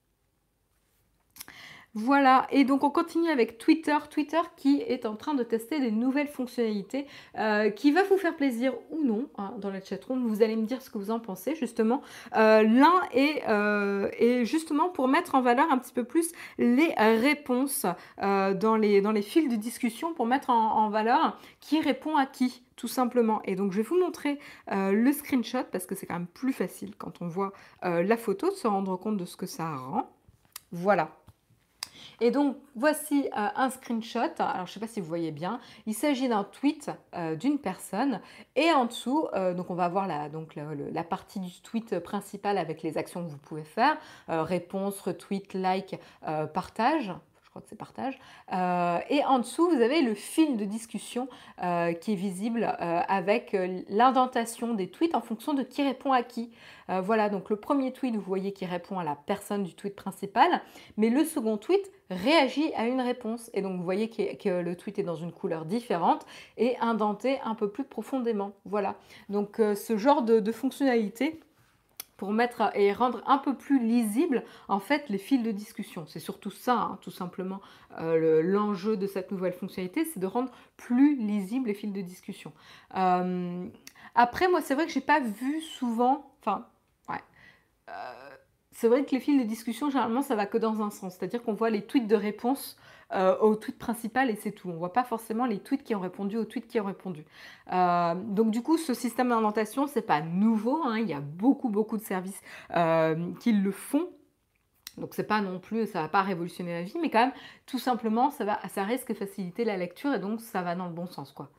Voilà, et donc on continue avec Twitter. Twitter qui est en train de tester des nouvelles fonctionnalités qui va vous faire plaisir ou non hein, dans la chatroom. Vous allez me dire ce que vous en pensez justement. L'un est justement pour mettre en valeur un petit peu plus les réponses dans les fils de discussion, pour mettre en valeur qui répond à qui tout simplement. Et donc je vais vous montrer le screenshot parce que c'est quand même plus facile quand on voit la photo de se rendre compte de ce que ça rend. Voilà. Et donc, voici un screenshot. Alors, je ne sais pas si vous voyez bien. Il s'agit d'un tweet d'une personne. Et en dessous, donc on va voir la partie du tweet principal avec les actions que vous pouvez faire. Réponse, retweet, like, partage. Je crois que c'est partage. Et en dessous, vous avez le fil de discussion qui est visible avec l'indentation des tweets en fonction de qui répond à qui. Voilà, donc le premier tweet, vous voyez qui répond à la personne du tweet principal, mais le second tweet réagit à une réponse. Et donc, vous voyez que le tweet est dans une couleur différente et indenté un peu plus profondément. Voilà, donc ce genre de fonctionnalité pour mettre et rendre un peu plus lisible en fait les fils de discussion. C'est surtout ça, hein, tout simplement, l'enjeu de cette nouvelle fonctionnalité, c'est de rendre plus lisible les fils de discussion. Après, moi, c'est vrai que j'ai pas vu souvent, enfin, ouais, c'est vrai que les fils de discussion, généralement, ça va que dans un sens, c'est-à-dire qu'on voit les tweets de réponse au tweet principal et c'est tout. On ne voit pas forcément les tweets qui ont répondu aux tweets qui ont répondu. Donc du coup, ce système d'indentation, c'est pas nouveau, hein. Il y a beaucoup de services qui le font. Donc c'est pas non plus, ça va pas révolutionner la vie, mais quand même, tout simplement, ça risque de faciliter la lecture et donc ça va dans le bon sens, quoi.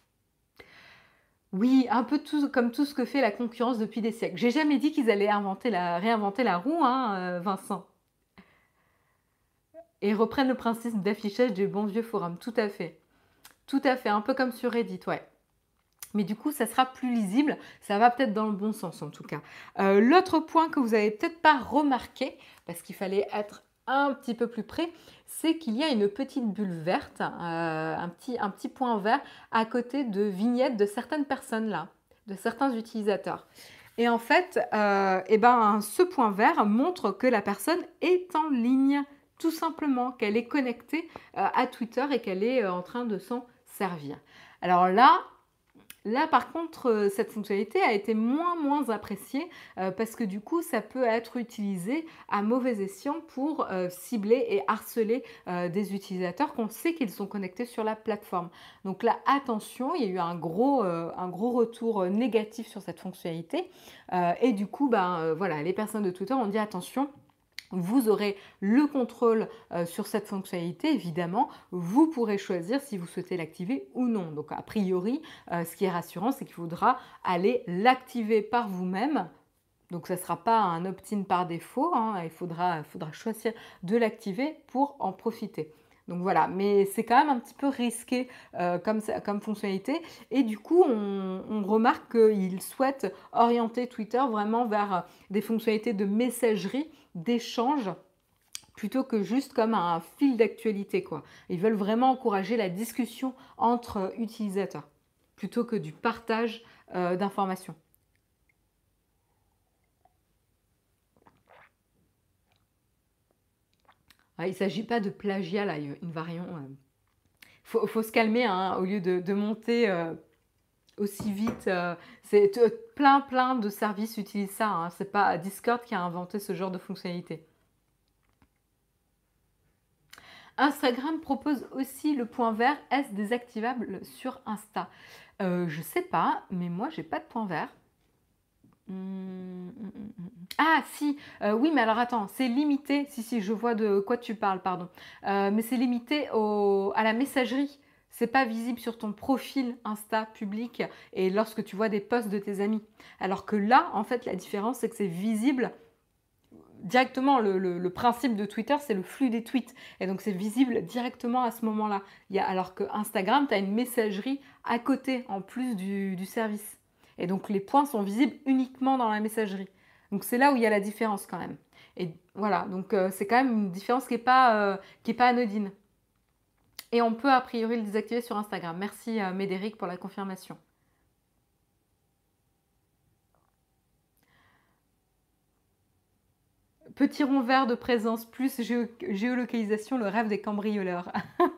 Oui, un peu comme tout ce que fait la concurrence depuis des siècles. J'ai jamais dit qu'ils allaient réinventer la roue, hein, Vincent. Et reprennent le principe d'affichage du bon vieux forum, tout à fait. Tout à fait, un peu comme sur Reddit, ouais. Mais du coup, ça sera plus lisible, ça va peut-être dans le bon sens en tout cas. L'autre point que vous n'avez peut-être pas remarqué, parce qu'il fallait être un petit peu plus près, c'est qu'il y a une petite bulle verte, un petit point vert à côté de vignettes de certaines personnes là, de certains utilisateurs. Et en fait, ce point vert montre que la personne est en ligne, tout simplement, qu'elle est connectée à Twitter et qu'elle est en train de s'en servir. Alors là, par contre, cette fonctionnalité a été moins appréciée parce que du coup, ça peut être utilisé à mauvais escient pour cibler et harceler des utilisateurs qu'on sait qu'ils sont connectés sur la plateforme. Donc là, attention, il y a eu un gros retour négatif sur cette fonctionnalité et du coup, voilà, les personnes de Twitter ont dit attention. Vous aurez le contrôle sur cette fonctionnalité, évidemment. Vous pourrez choisir si vous souhaitez l'activer ou non. Donc, a priori, ce qui est rassurant, c'est qu'il faudra aller l'activer par vous-même. Donc, ça ne sera pas un opt-in par défaut, hein. Il faudra choisir de l'activer pour en profiter. Donc voilà, mais c'est quand même un petit peu risqué comme fonctionnalité. Et du coup, on remarque qu'ils souhaitent orienter Twitter vraiment vers des fonctionnalités de messagerie, d'échange, plutôt que juste comme un fil d'actualité, quoi. Ils veulent vraiment encourager la discussion entre utilisateurs, plutôt que du partage d'informations. Il ne s'agit pas de plagiat, là, une variante. Faut se calmer, hein, au lieu de monter aussi vite. C'est plein de services utilisent ça, hein. C'est pas Discord qui a inventé ce genre de fonctionnalité. Instagram propose aussi le point vert. Est-ce désactivable sur Insta? Je sais pas, mais moi j'ai pas de point vert. Ah si, oui, mais alors attends, c'est limité, si, je vois de quoi tu parles, pardon. Mais c'est limité à la messagerie. C'est pas visible sur ton profil Insta public et lorsque tu vois des posts de tes amis. Alors que là, en fait, la différence, c'est que c'est visible directement. Le principe de Twitter, c'est le flux des tweets. Et donc, c'est visible directement à ce moment-là. Alors que Instagram, tu as une messagerie à côté, en plus du service. Et donc, les points sont visibles uniquement dans la messagerie. Donc, c'est là où il y a la différence quand même. Et voilà, donc c'est quand même une différence qui n'est pas anodine. Et on peut a priori le désactiver sur Instagram. Merci Médéric pour la confirmation. Petit rond vert de présence plus géolocalisation, le rêve des cambrioleurs.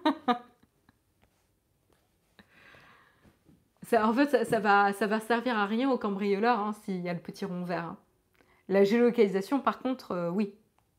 En fait, ça va servir à rien aux cambrioleurs, hein, s'il y a le petit rond vert, hein. La géolocalisation, par contre, oui.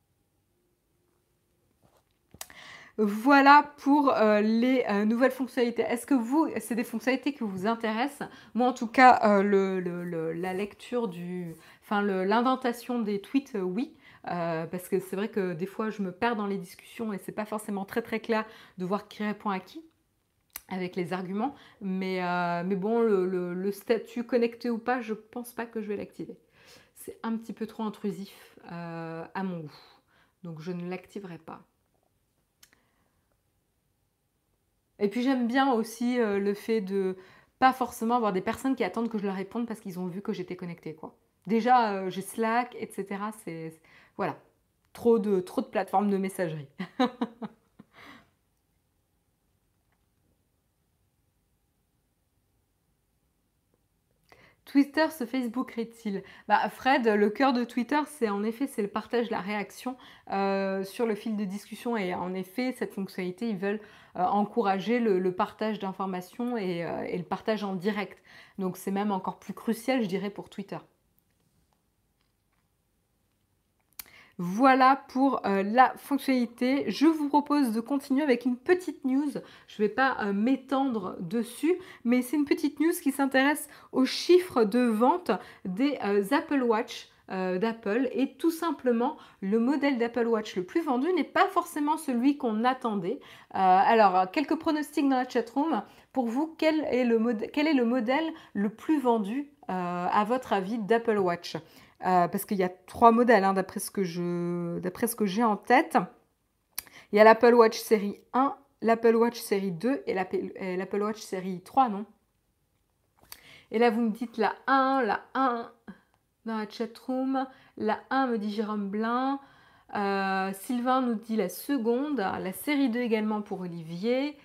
Voilà pour les nouvelles fonctionnalités. Est-ce que c'est des fonctionnalités qui vous intéressent? Moi, en tout cas, la lecture l'indentation des tweets, oui. parce que c'est vrai que des fois, je me perds dans les discussions et c'est pas forcément très, très clair de voir qui répond à qui avec les arguments. Mais bon, le statut connecté ou pas, je pense pas que je vais l'activer. C'est un petit peu trop intrusif à mon goût. Donc je ne l'activerai pas. Et puis j'aime bien aussi le fait de pas forcément avoir des personnes qui attendent que je leur réponde parce qu'ils ont vu que j'étais connectée, quoi. Déjà, j'ai Slack, etc. Voilà, trop de plateformes de messagerie. Twitter se Facebookerait-il? Bah, Fred, le cœur de Twitter, c'est en effet, c'est le partage, la réaction sur le fil de discussion. Et en effet, cette fonctionnalité, ils veulent encourager le partage d'informations et le partage en direct. Donc c'est même encore plus crucial, je dirais, pour Twitter. Voilà pour la fonctionnalité. Je vous propose de continuer avec une petite news. Je ne vais pas m'étendre dessus, mais c'est une petite news qui s'intéresse aux chiffres de vente des Apple Watch d'Apple. Et tout simplement, le modèle d'Apple Watch le plus vendu n'est pas forcément celui qu'on attendait. Alors, quelques pronostics dans la chatroom. Pour vous, quel est le modèle le plus vendu, à votre avis, d'Apple Watch? Parce qu'il y a 3 modèles, hein, d'après ce que j'ai en tête. Il y a l'Apple Watch série 1, l'Apple Watch série 2 et l'Apple Watch série 3, non? Et là, vous me dites la 1 dans la chatroom. La 1 me dit Jérôme Blin. Sylvain nous dit la seconde. La série 2 également pour Olivier.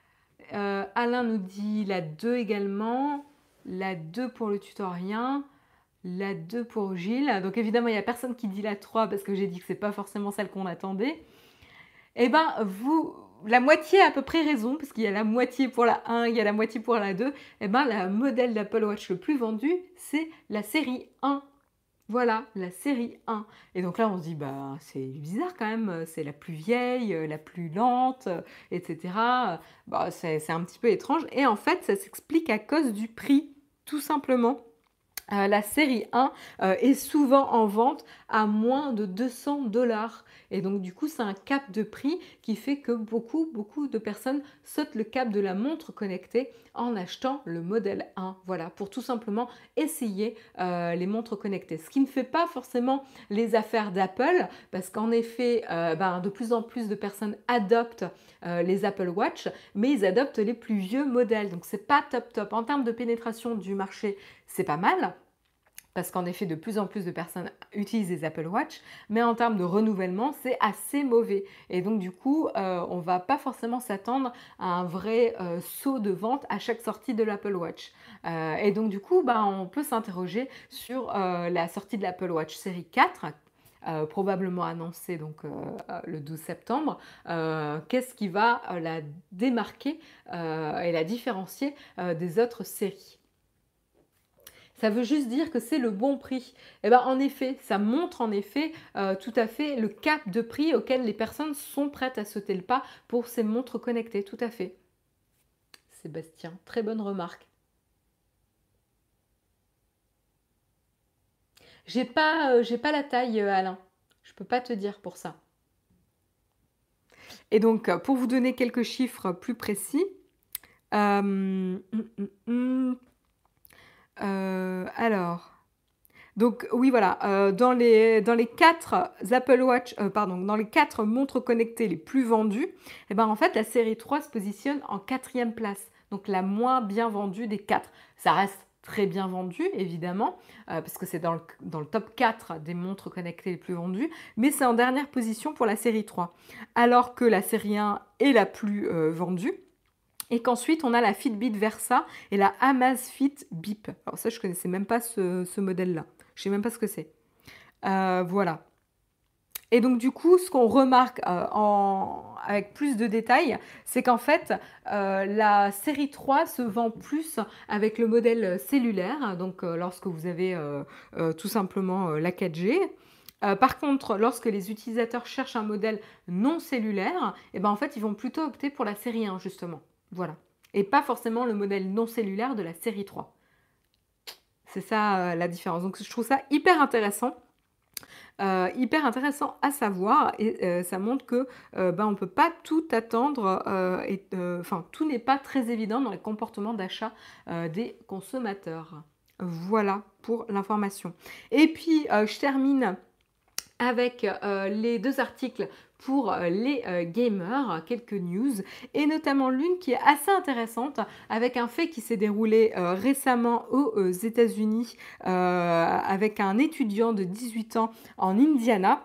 Alain nous dit la 2 également. La 2 pour le tutorien. La 2 pour Gilles. Donc évidemment, il n'y a personne qui dit la 3 parce que j'ai dit que ce n'est pas forcément celle qu'on attendait. Eh bien, la moitié a à peu près raison, parce qu'il y a la moitié pour la 1, il y a la moitié pour la 2. Eh bien, le modèle d'Apple Watch le plus vendu, c'est la série 1. Voilà, la série 1. Et donc là, on se dit, bah, c'est bizarre quand même, c'est la plus vieille, la plus lente, etc. Bah, c'est un petit peu étrange. Et en fait, ça s'explique à cause du prix, tout simplement. La série 1 est souvent en vente à moins de 200 $. Et donc du coup, c'est un cap de prix qui fait que beaucoup de personnes sautent le cap de la montre connectée en achetant le modèle 1. Voilà, pour tout simplement essayer les montres connectées. Ce qui ne fait pas forcément les affaires d'Apple, parce qu'en effet, de plus en plus de personnes adoptent les Apple Watch, mais ils adoptent les plus vieux modèles. Donc c'est pas top. En termes de pénétration du marché, c'est pas mal, parce qu'en effet, de plus en plus de personnes utilisent les Apple Watch, mais en termes de renouvellement, c'est assez mauvais. Et donc, du coup, on ne va pas forcément s'attendre à un vrai saut de vente à chaque sortie de l'Apple Watch. Et donc, du coup, on peut s'interroger sur la sortie de l'Apple Watch série 4, probablement annoncée donc, le 12 septembre. Qu'est-ce qui va la démarquer et la différencier des autres séries? Ça veut juste dire que c'est le bon prix. Et bien, en effet, ça montre en effet tout à fait le cap de prix auquel les personnes sont prêtes à sauter le pas pour ces montres connectées. Tout à fait. Sébastien, très bonne remarque. J'ai pas la taille, Alain. Je peux pas te dire pour ça. Et donc, pour vous donner quelques chiffres plus précis, alors, donc oui, voilà, dans les 4 Apple Watch, dans les 4 montres connectées les plus vendues, et en fait, la série 3 se positionne en 4e place, donc la moins bien vendue des 4. Ça reste très bien vendu, évidemment, parce que c'est dans le top 4 des montres connectées les plus vendues, mais c'est en dernière position pour la série 3, alors que la série 1 est la plus vendue. Et qu'ensuite, on a la Fitbit Versa et la Amazfit Bip. Alors ça, je ne connaissais même pas ce modèle-là. Je ne sais même pas ce que c'est. Voilà. Et donc, du coup, ce qu'on remarque avec plus de détails, c'est qu'en fait, la série 3 se vend plus avec le modèle cellulaire, donc lorsque vous avez tout simplement la 4G. Par contre, lorsque les utilisateurs cherchent un modèle non cellulaire, en fait, ils vont plutôt opter pour la série 1, justement. Voilà. Et pas forcément le modèle non cellulaire de la série 3. C'est ça la différence. Donc je trouve ça hyper intéressant Hyper intéressant à savoir et ça montre que, on ne peut pas tout attendre, enfin tout n'est pas très évident dans les comportements d'achat, des consommateurs. Voilà pour l'information et puis, je termine avec, les 2 articles pour, les, gamers, quelques news et notamment l'une qui est assez intéressante avec un fait qui s'est déroulé, récemment aux, États-Unis, avec un étudiant de 18 ans en Indiana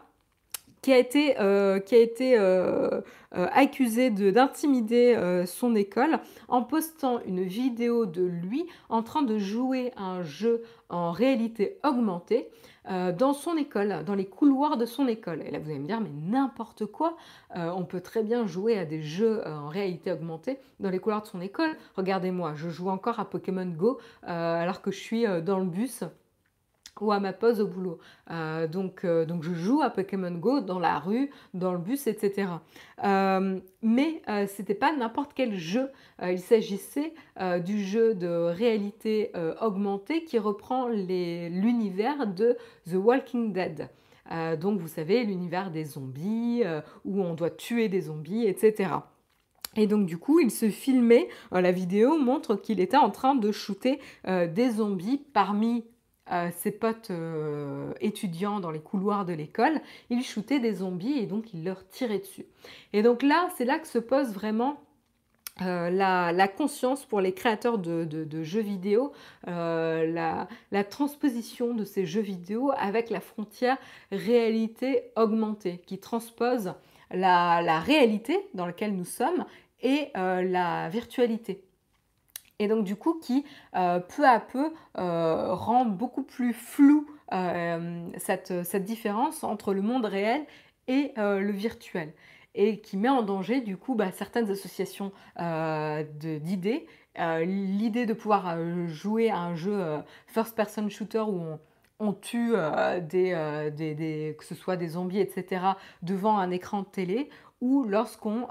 accusé d'intimider, son école en postant une vidéo de lui en train de jouer à un jeu en réalité augmentée, dans son école, dans les couloirs de son école. Et là, vous allez me dire: «Mais n'importe quoi! On peut très bien jouer à des jeux, en réalité augmentée dans les couloirs de son école. Regardez-moi, je joue encore à Pokémon Go, alors que je suis, dans le bus ou à ma pause au boulot. Donc je joue à Pokémon Go dans la rue, dans le bus, et cetera. Mais c'était pas n'importe quel jeu. Il s'agissait, du jeu de réalité, augmentée qui reprend l'univers de The Walking Dead. Donc vous savez, l'univers des zombies, où on doit tuer des zombies, et cetera. Et donc du coup, il se filmait, la vidéo montre qu'il était en train de shooter, des zombies parmi, ses potes, étudiants dans les couloirs de l'école. Il shootait des zombies et donc il leur tirait dessus. Et donc là, c'est là que se pose vraiment, la conscience pour les créateurs de jeux vidéo, la transposition de ces jeux vidéo avec la frontière réalité augmentée qui transpose la réalité dans laquelle nous sommes et la virtualité. Et donc du coup qui, peu à peu, rend beaucoup plus floue, cette différence entre le monde réel et le virtuel. Et qui met en danger du coup, certaines associations, d'idées. L'idée de pouvoir, jouer à un jeu, first person shooter où on tue, que ce soit des zombies et cetera, devant un écran de télé ou lorsqu'on,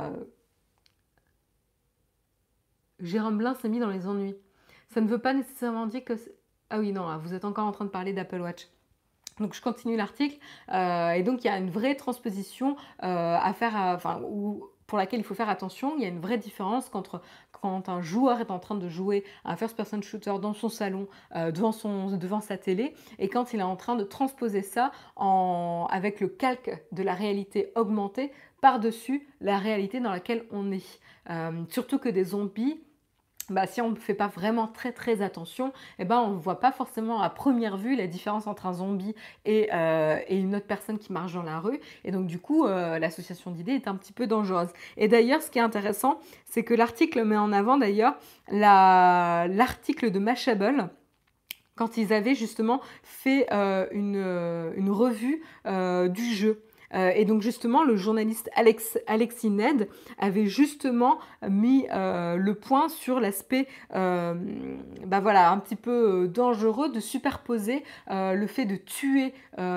Jérôme Blin s'est mis dans les ennuis. Ça ne veut pas nécessairement dire que ah oui, non, vous êtes encore en train de parler d'Apple Watch. Donc je continue l'article, et donc il y a une vraie transposition, à faire, pour laquelle il faut faire attention. Il y a une vraie différence quand un joueur est en train de jouer à un first person shooter dans son salon, devant sa télé et quand il est en train de transposer ça avec le calque de la réalité augmentée par-dessus la réalité dans laquelle on est. Surtout que des zombies, si on ne fait pas vraiment très très attention, on ne voit pas forcément à première vue la différence entre un zombie et une autre personne qui marche dans la rue. Et donc du coup, l'association d'idées est un petit peu dangereuse. Et d'ailleurs, ce qui est intéressant, c'est que l'article met en avant d'ailleurs l'article de Mashable, quand ils avaient justement fait une revue du jeu. Et donc justement, le journaliste Alexis Ned avait justement mis le point sur l'aspect un petit peu dangereux de superposer le fait de tuer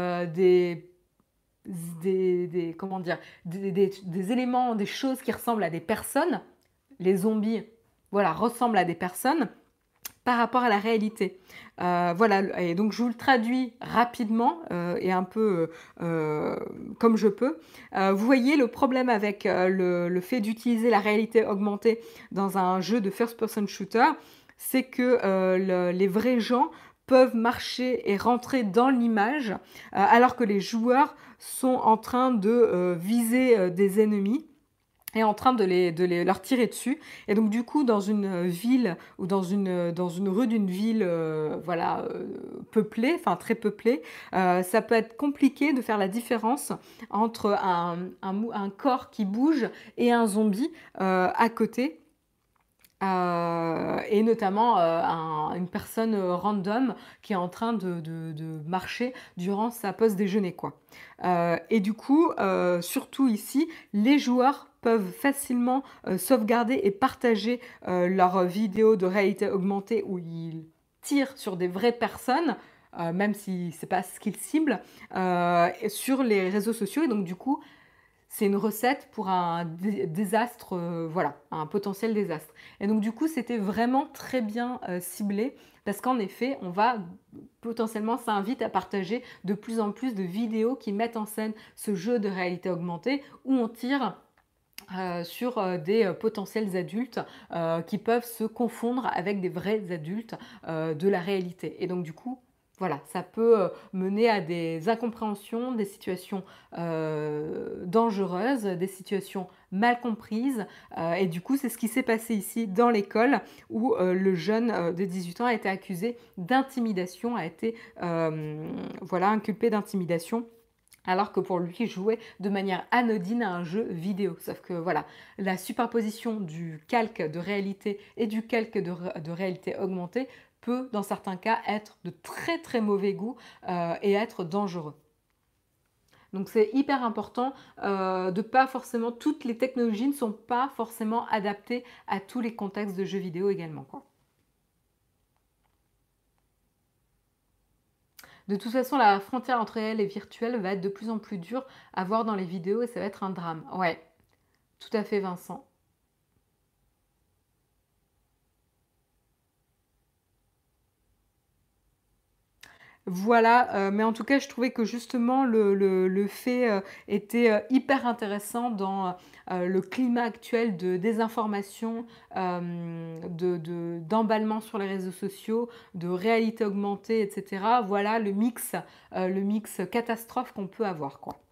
comment dire, des éléments, des choses qui ressemblent à des personnes. Les zombies, voilà, ressemblent à des personnes par rapport à la réalité. Voilà, et donc je vous le traduis rapidement et un peu comme je peux. Vous voyez le problème avec le fait d'utiliser la réalité augmentée dans un jeu de first-person shooter, c'est que les vrais gens peuvent marcher et rentrer dans l'image alors que les joueurs sont en train de viser des ennemis est en train de leur tirer dessus. Et donc du coup, dans une ville ou dans une rue d'une ville peuplée, enfin très peuplée, ça peut être compliqué de faire la différence entre un corps qui bouge et un zombie à côté. Et notamment une personne random qui est en train de marcher durant sa pause déjeuner, quoi. Et du coup, surtout ici, les joueurs peuvent facilement sauvegarder et partager leurs vidéos de réalité augmentée où ils tirent sur des vraies personnes, même si c'est pas ce qu'ils ciblent, sur les réseaux sociaux. Et donc du coup, c'est une recette pour un désastre, voilà, un potentiel désastre. Et donc du coup, c'était vraiment très bien, ciblé parce qu'en effet, on va potentiellement, ça invite à partager de plus en plus de vidéos qui mettent en scène ce jeu de réalité augmentée où on tire sur des potentiels adultes qui peuvent se confondre avec des vrais adultes de la réalité. Et donc du coup, voilà, ça peut mener à des incompréhensions, des situations dangereuses, des situations mal comprises. Et du coup, c'est ce qui s'est passé ici dans l'école où le jeune de 18 ans a été accusé d'intimidation, a été voilà, inculpé d'intimidation alors que pour lui, il jouait de manière anodine à un jeu vidéo. Sauf que voilà, la superposition du calque de réalité et du calque de réalité augmentée peut, dans certains cas, être de très très mauvais goût et être dangereux. Donc c'est hyper important de pas forcément, toutes les technologies ne sont pas forcément adaptées à tous les contextes de jeux vidéo également, quoi. De toute façon, la frontière entre réel et virtuel va être de plus en plus dure à voir dans les vidéos et ça va être un drame. Ouais, tout à fait, Vincent. Voilà, mais en tout cas, je trouvais que justement le fait, était, hyper intéressant dans, le climat actuel de désinformation, d'emballement sur les réseaux sociaux, de réalité augmentée et cetera. Voilà le mix catastrophe qu'on peut avoir, quoi.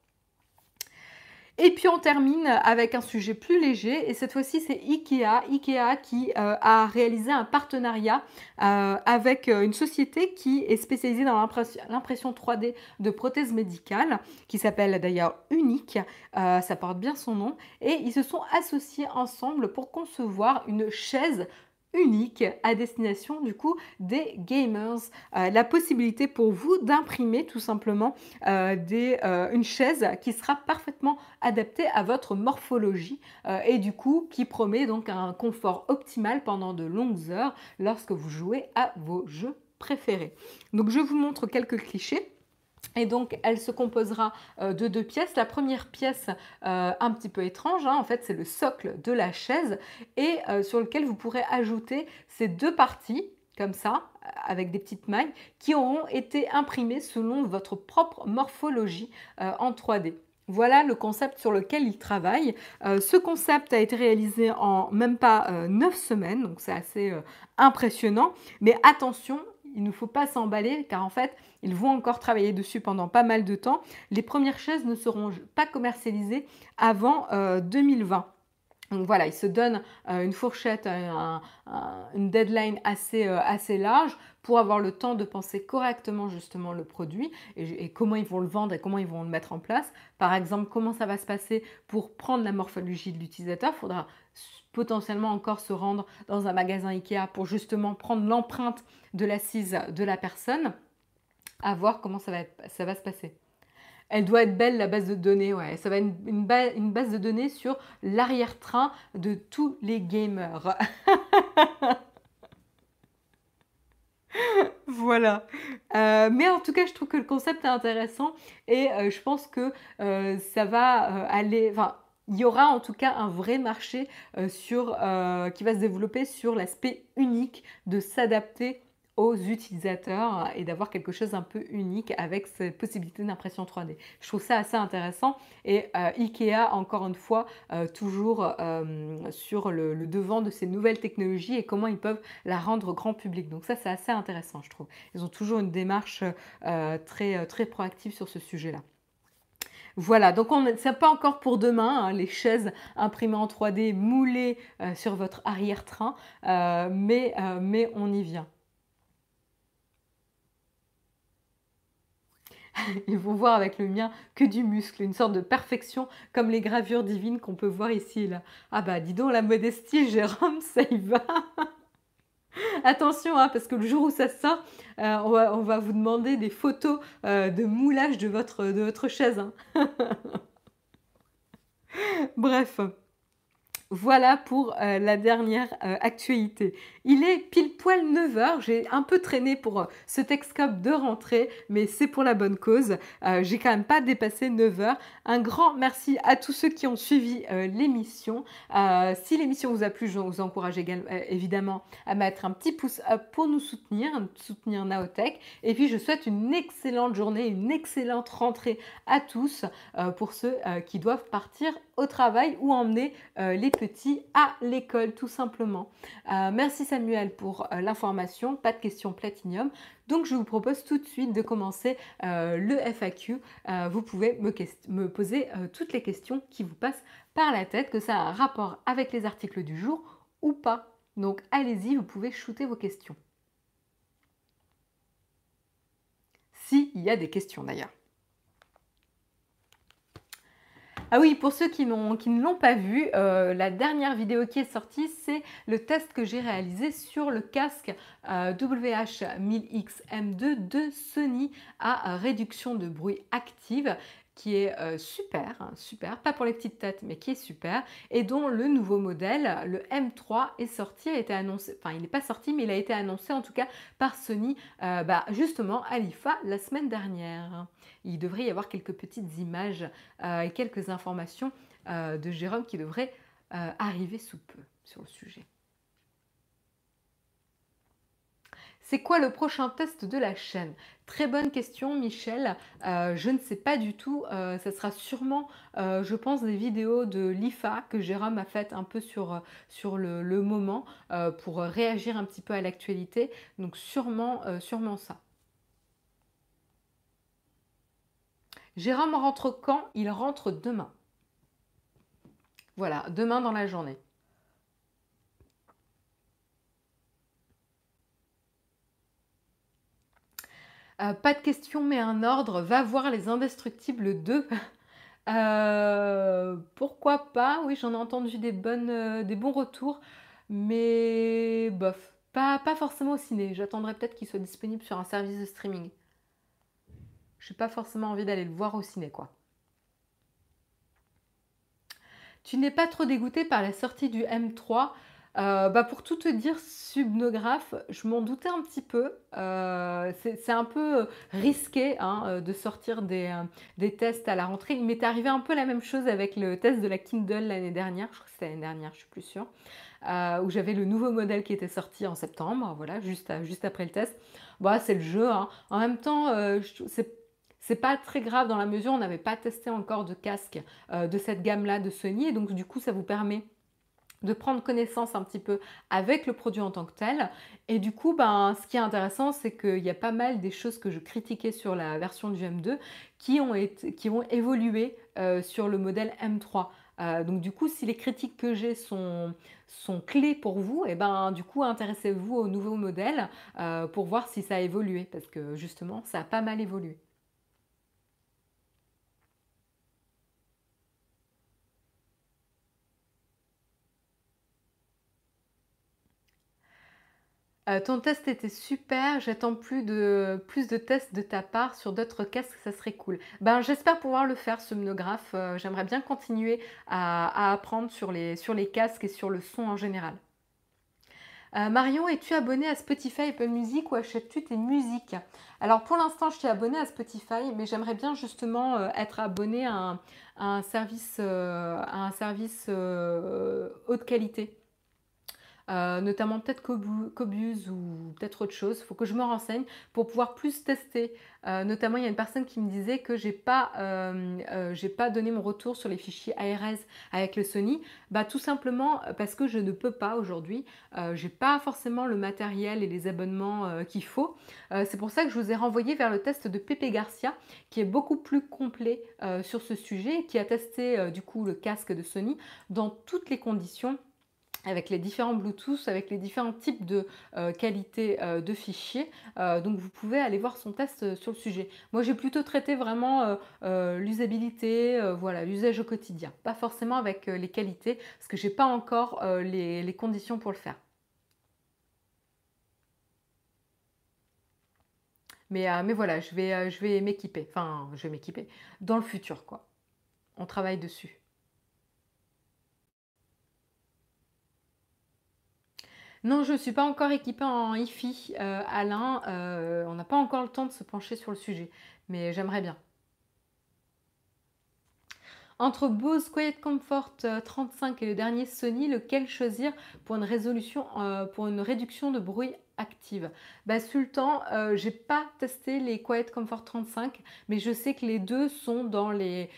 Et puis on termine avec un sujet plus léger et cette fois-ci c'est IKEA. IKEA qui a réalisé un partenariat avec une société qui est spécialisée dans l'impression 3D de prothèses médicales, qui s'appelle d'ailleurs Unique, ça porte bien son nom, et ils se sont associés ensemble pour concevoir une chaise unique à destination du coup des gamers. La possibilité pour vous d'imprimer tout simplement une chaise qui sera parfaitement adaptée à votre morphologie et du coup qui promet donc un confort optimal pendant de longues heures lorsque vous jouez à vos jeux préférés. Donc je vous montre quelques clichés. Et donc, elle se composera de deux pièces. La première pièce, un petit peu étrange, hein, en fait, c'est le socle de la chaise et sur lequel vous pourrez ajouter ces deux parties, comme ça, avec des petites mailles, qui auront été imprimées selon votre propre morphologie en 3D. Voilà le concept sur lequel il travaille. Ce concept a été réalisé en même pas 9 semaines, donc c'est assez impressionnant. Mais attention, il ne faut pas s'emballer car en fait, ils vont encore travailler dessus pendant pas mal de temps. Les premières chaises ne seront pas commercialisées avant 2020. Donc voilà, ils se donnent une fourchette, une deadline assez large pour avoir le temps de penser correctement justement le produit et comment ils vont le vendre et comment ils vont le mettre en place. Par exemple, comment ça va se passer pour prendre la morphologie de l'utilisateur. Il faudra potentiellement encore se rendre dans un magasin Ikea pour justement prendre l'empreinte de l'assise de la personne, à voir comment ça va se passer. Elle doit être belle, la base de données, ouais. Ça va être une base de données sur l'arrière-train de tous les gamers. Voilà. Mais en tout cas, je trouve que le concept est intéressant et je pense que ça va aller... Enfin, il y aura en tout cas un vrai marché qui va se développer sur l'aspect unique de s'adapter aux utilisateurs et d'avoir quelque chose un peu unique avec cette possibilité d'impression 3D. Je trouve ça assez intéressant et IKEA, encore une fois, toujours sur le devant de ces nouvelles technologies et comment ils peuvent la rendre grand public. Donc ça, c'est assez intéressant, je trouve. Ils ont toujours une démarche très proactive sur ce sujet-là. Voilà, donc c'est pas encore pour demain, hein, les chaises imprimées en 3D moulées sur votre arrière-train, mais on y vient. Ils vont voir avec le mien que du muscle, une sorte de perfection comme les gravures divines qu'on peut voir ici et là. Ah bah dis donc la modestie, Jérôme, ça y va. Attention, hein, parce que le jour où ça sort, on va vous demander des photos de moulage de votre chaise, hein. Bref. Voilà pour, la dernière, actualité. Il est pile poil 9 heures. J'ai un peu traîné pour, ce Texcope de rentrée, mais c'est pour la bonne cause. J'ai quand même pas dépassé 9 heures. Un grand merci à tous ceux qui ont suivi, l'émission. Si l'émission vous a plu, je vous encourage évidemment à mettre un petit pouce up pour nous soutenir Naotech. Et puis je souhaite une excellente journée, une excellente rentrée à tous, pour ceux, qui doivent partir au travail ou emmener, les petits à l'école tout simplement. Merci Samuel pour l'information, pas de questions platinium. Donc je vous propose tout de suite de commencer le FAQ. Vous pouvez me poser toutes les questions qui vous passent par la tête, que ça a un rapport avec les articles du jour ou pas. Donc allez-y, vous pouvez shooter vos questions. S'il y a des questions d'ailleurs. Ah oui, pour ceux qui ne l'ont pas vu, la dernière vidéo qui est sortie, c'est le test que j'ai réalisé sur le casque WH-1000X-M2 de Sony à réduction de bruit active, qui est super, hein, super, pas pour les petites têtes, mais qui est super, et dont le nouveau modèle, le M3, est sorti, a été annoncé, enfin il n'est pas sorti, mais il a été annoncé en tout cas par Sony, justement à l'IFA la semaine dernière. Il devrait y avoir quelques petites images et quelques informations de Jérôme qui devraient arriver sous peu sur le sujet. C'est quoi le prochain test de la chaîne? Très bonne question, Michel. Je ne sais pas du tout. Ça sera sûrement, je pense, des vidéos de l'IFA que Jérôme a faites un peu sur le moment pour réagir un petit peu à l'actualité. Donc sûrement ça. Jérôme rentre quand? Il rentre demain. Voilà, demain dans la journée. Pas de question, mais un ordre. Va voir Les Indestructibles 2. Pourquoi pas? Oui, j'en ai entendu des bons retours, mais bof, pas forcément au ciné. J'attendrai peut-être qu'il soit disponible sur un service de streaming. J'ai pas forcément envie d'aller le voir au ciné, quoi. Tu n'es pas trop dégoûté par la sortie du M3? Pour tout te dire, Subnographe, je m'en doutais un petit peu. C'est un peu risqué hein, de sortir des tests à la rentrée. Il m'est arrivé un peu la même chose avec le test de la Kindle l'année dernière. Je crois que c'était l'année dernière, je suis plus sûre. Où j'avais le nouveau modèle qui était sorti en septembre, voilà, juste après le test. C'est le jeu. Hein. En même temps, c'est pas très grave dans la mesure où on n'avait pas testé encore de casque de cette gamme-là de Sony. Et donc, du coup, ça vous permet de prendre connaissance un petit peu avec le produit en tant que tel. Et du coup, ce qui est intéressant, c'est qu'il y a pas mal des choses que je critiquais sur la version du M2 qui ont évolué sur le modèle M3. Donc du coup, si les critiques que j'ai sont clés pour vous, et du coup, intéressez-vous au nouveau modèle pour voir si ça a évolué, parce que justement, ça a pas mal évolué. Ton test était super, j'attends plus de tests de ta part sur d'autres casques, ça serait cool. J'espère pouvoir le faire, ce monographe. J'aimerais bien continuer à apprendre sur les casques et sur le son en général. Marion, es-tu abonné à Spotify, Apple Music ou achètes-tu tes musiques? Alors pour l'instant, je suis abonnée à Spotify, mais j'aimerais bien justement être abonnée à un service, haute qualité. Notamment peut-être Cobuz ou peut-être autre chose. Il faut que je me renseigne pour pouvoir plus tester. Notamment, il y a une personne qui me disait que j'ai pas donné mon retour sur les fichiers ARS avec le Sony. Tout simplement parce que je ne peux pas aujourd'hui. J'ai pas forcément le matériel et les abonnements qu'il faut. C'est pour ça que je vous ai renvoyé vers le test de Pepe Garcia, qui est beaucoup plus complet sur ce sujet, qui a testé du coup le casque de Sony dans toutes les conditions, avec les différents Bluetooth, avec les différents types de qualité de fichiers. Donc vous pouvez aller voir son test sur le sujet. Moi j'ai plutôt traité vraiment l'usabilité, voilà, l'usage au quotidien. Pas forcément avec les qualités, parce que j'ai pas encore les conditions pour le faire. Mais voilà, je vais m'équiper. Enfin, je vais m'équiper. Dans le futur, quoi. On travaille dessus. Non, je ne suis pas encore équipée en hi-fi, Alain, on n'a pas encore le temps de se pencher sur le sujet, mais j'aimerais bien. Entre Bose QuietComfort 35 et le dernier Sony, lequel choisir pour une résolution, pour une réduction de bruit active? Bah, Sultan, j'ai pas testé les QuietComfort 35, mais je sais que les 2 sont dans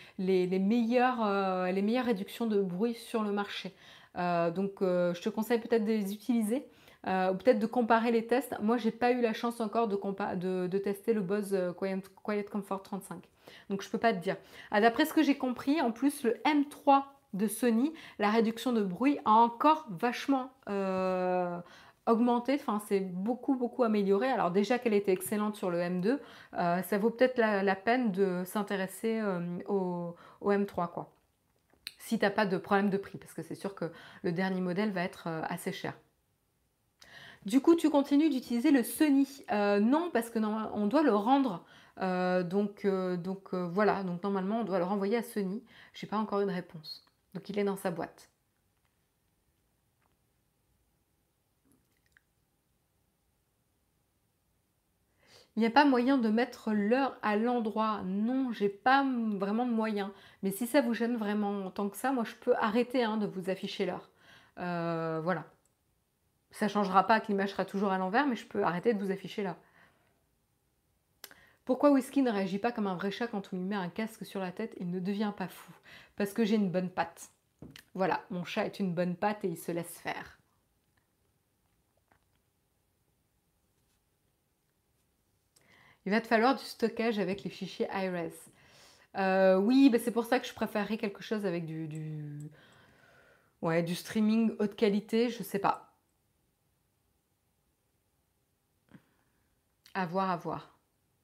les meilleures réductions de bruit sur le marché. Donc je te conseille peut-être de les utiliser, ou peut-être de comparer les tests. Moi, j'ai pas eu la chance encore de tester le Bose, QuietComfort 35, donc je peux pas te dire. Ah, d'après ce que j'ai compris, en plus, le M3 de Sony, la réduction de bruit a encore vachement augmenté, enfin c'est beaucoup beaucoup amélioré. Alors déjà qu'elle était excellente sur le M2, ça vaut peut-être la peine de s'intéresser au M3 quoi. Si t'as pas de problème de prix, parce que c'est sûr que le dernier modèle va être assez cher. Du coup, tu continues d'utiliser le Sony? Non, parce que on doit le rendre. Voilà, donc normalement, on doit le renvoyer à Sony. Je n'ai pas encore une réponse. Donc il est dans sa boîte. Il n'y a pas moyen de mettre l'heure à l'endroit. Non, j'ai pas vraiment de moyen. Mais si ça vous gêne vraiment tant que ça, moi je peux arrêter hein, de vous afficher l'heure. Voilà. Ça ne changera pas que l'image sera toujours à l'envers, mais je peux arrêter de vous afficher là. Pourquoi Whisky ne réagit pas comme un vrai chat quand on lui met un casque sur la tête? Il ne devient pas fou. Parce que j'ai une bonne patte. Voilà, mon chat est une bonne patte et il se laisse faire. Il va te falloir du stockage avec les fichiers iRes. Oui, bah c'est pour ça que je préférerais quelque chose avec ouais, du streaming haute qualité, je sais pas. À voir, à voir.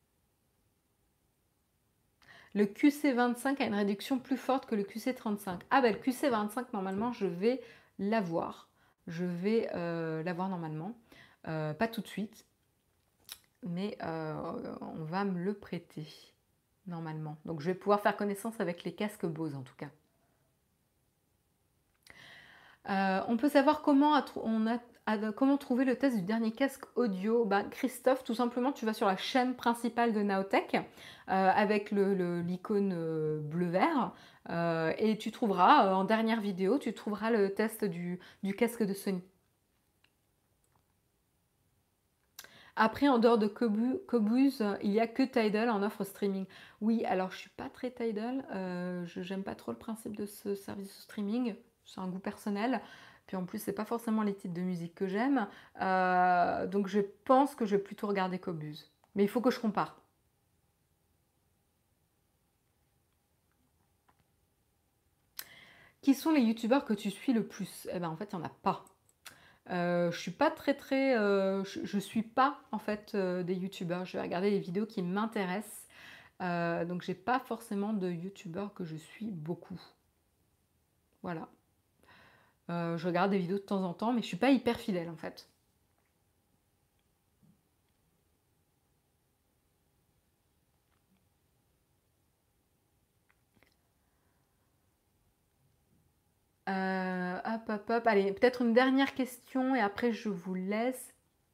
Le QC25 a une réduction plus forte que le QC35. Ah bah le QC25, normalement, je vais l'avoir. Je vais l'avoir normalement. Pas tout de suite, mais on va me le prêter, normalement. Donc je vais pouvoir faire connaissance avec les casques Bose, en tout cas. On peut savoir comment trouver le test du dernier casque audio. Bah, Christophe, tout simplement, tu vas sur la chaîne principale de Naotech avec l'icône bleu-vert et tu trouveras, en dernière vidéo, tu trouveras le test du casque de Sony. Après, en dehors de Qobuz, il n'y a que Tidal en offre streaming. Oui, alors je suis pas très Tidal, j'aime pas trop le principe de ce service de streaming, c'est un goût personnel. Puis en plus, c'est pas forcément les types de musique que j'aime. Donc je pense que je vais plutôt regarder Qobuz. Mais il faut que je compare. Qui sont les youtubeurs que tu suis le plus? Eh ben en fait, il n'y en a pas. Je suis pas je suis pas en fait des youtubeurs. Je vais regarder les vidéos qui m'intéressent. Donc j'ai pas forcément de youtubeurs que je suis beaucoup. Voilà. Je regarde des vidéos de temps en temps, mais je suis pas hyper fidèle en fait. Hop, hop, hop. Allez, peut-être une dernière question et après je vous laisse.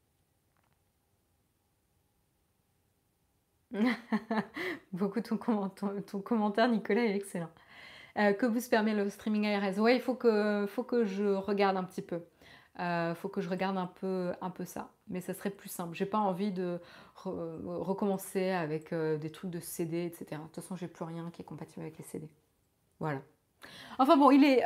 Beaucoup ton commentaire, Nicolas, est excellent. Que vous permet le streaming ARS? Ouais, il faut que je regarde un petit peu. Faut que je regarde un peu ça. Mais ça serait plus simple. J'ai pas envie de recommencer avec des trucs de CD, etc. De toute façon, j'ai plus rien qui est compatible avec les CD. Voilà. Enfin bon, il est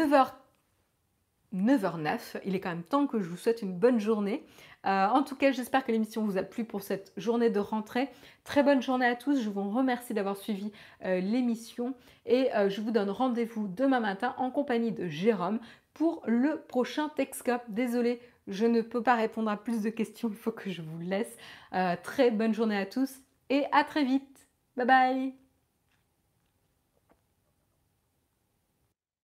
9h09. Il est quand même temps que je vous souhaite une bonne journée. En tout cas, j'espère que l'émission vous a plu pour cette journée de rentrée. Très bonne journée à tous. Je vous remercie d'avoir suivi l'émission et je vous donne rendez-vous demain matin en compagnie de Jérôme pour le prochain Techscope. Désolée, je ne peux pas répondre à plus de questions. Il faut que je vous laisse. Très bonne journée à tous et à très vite. Bye bye.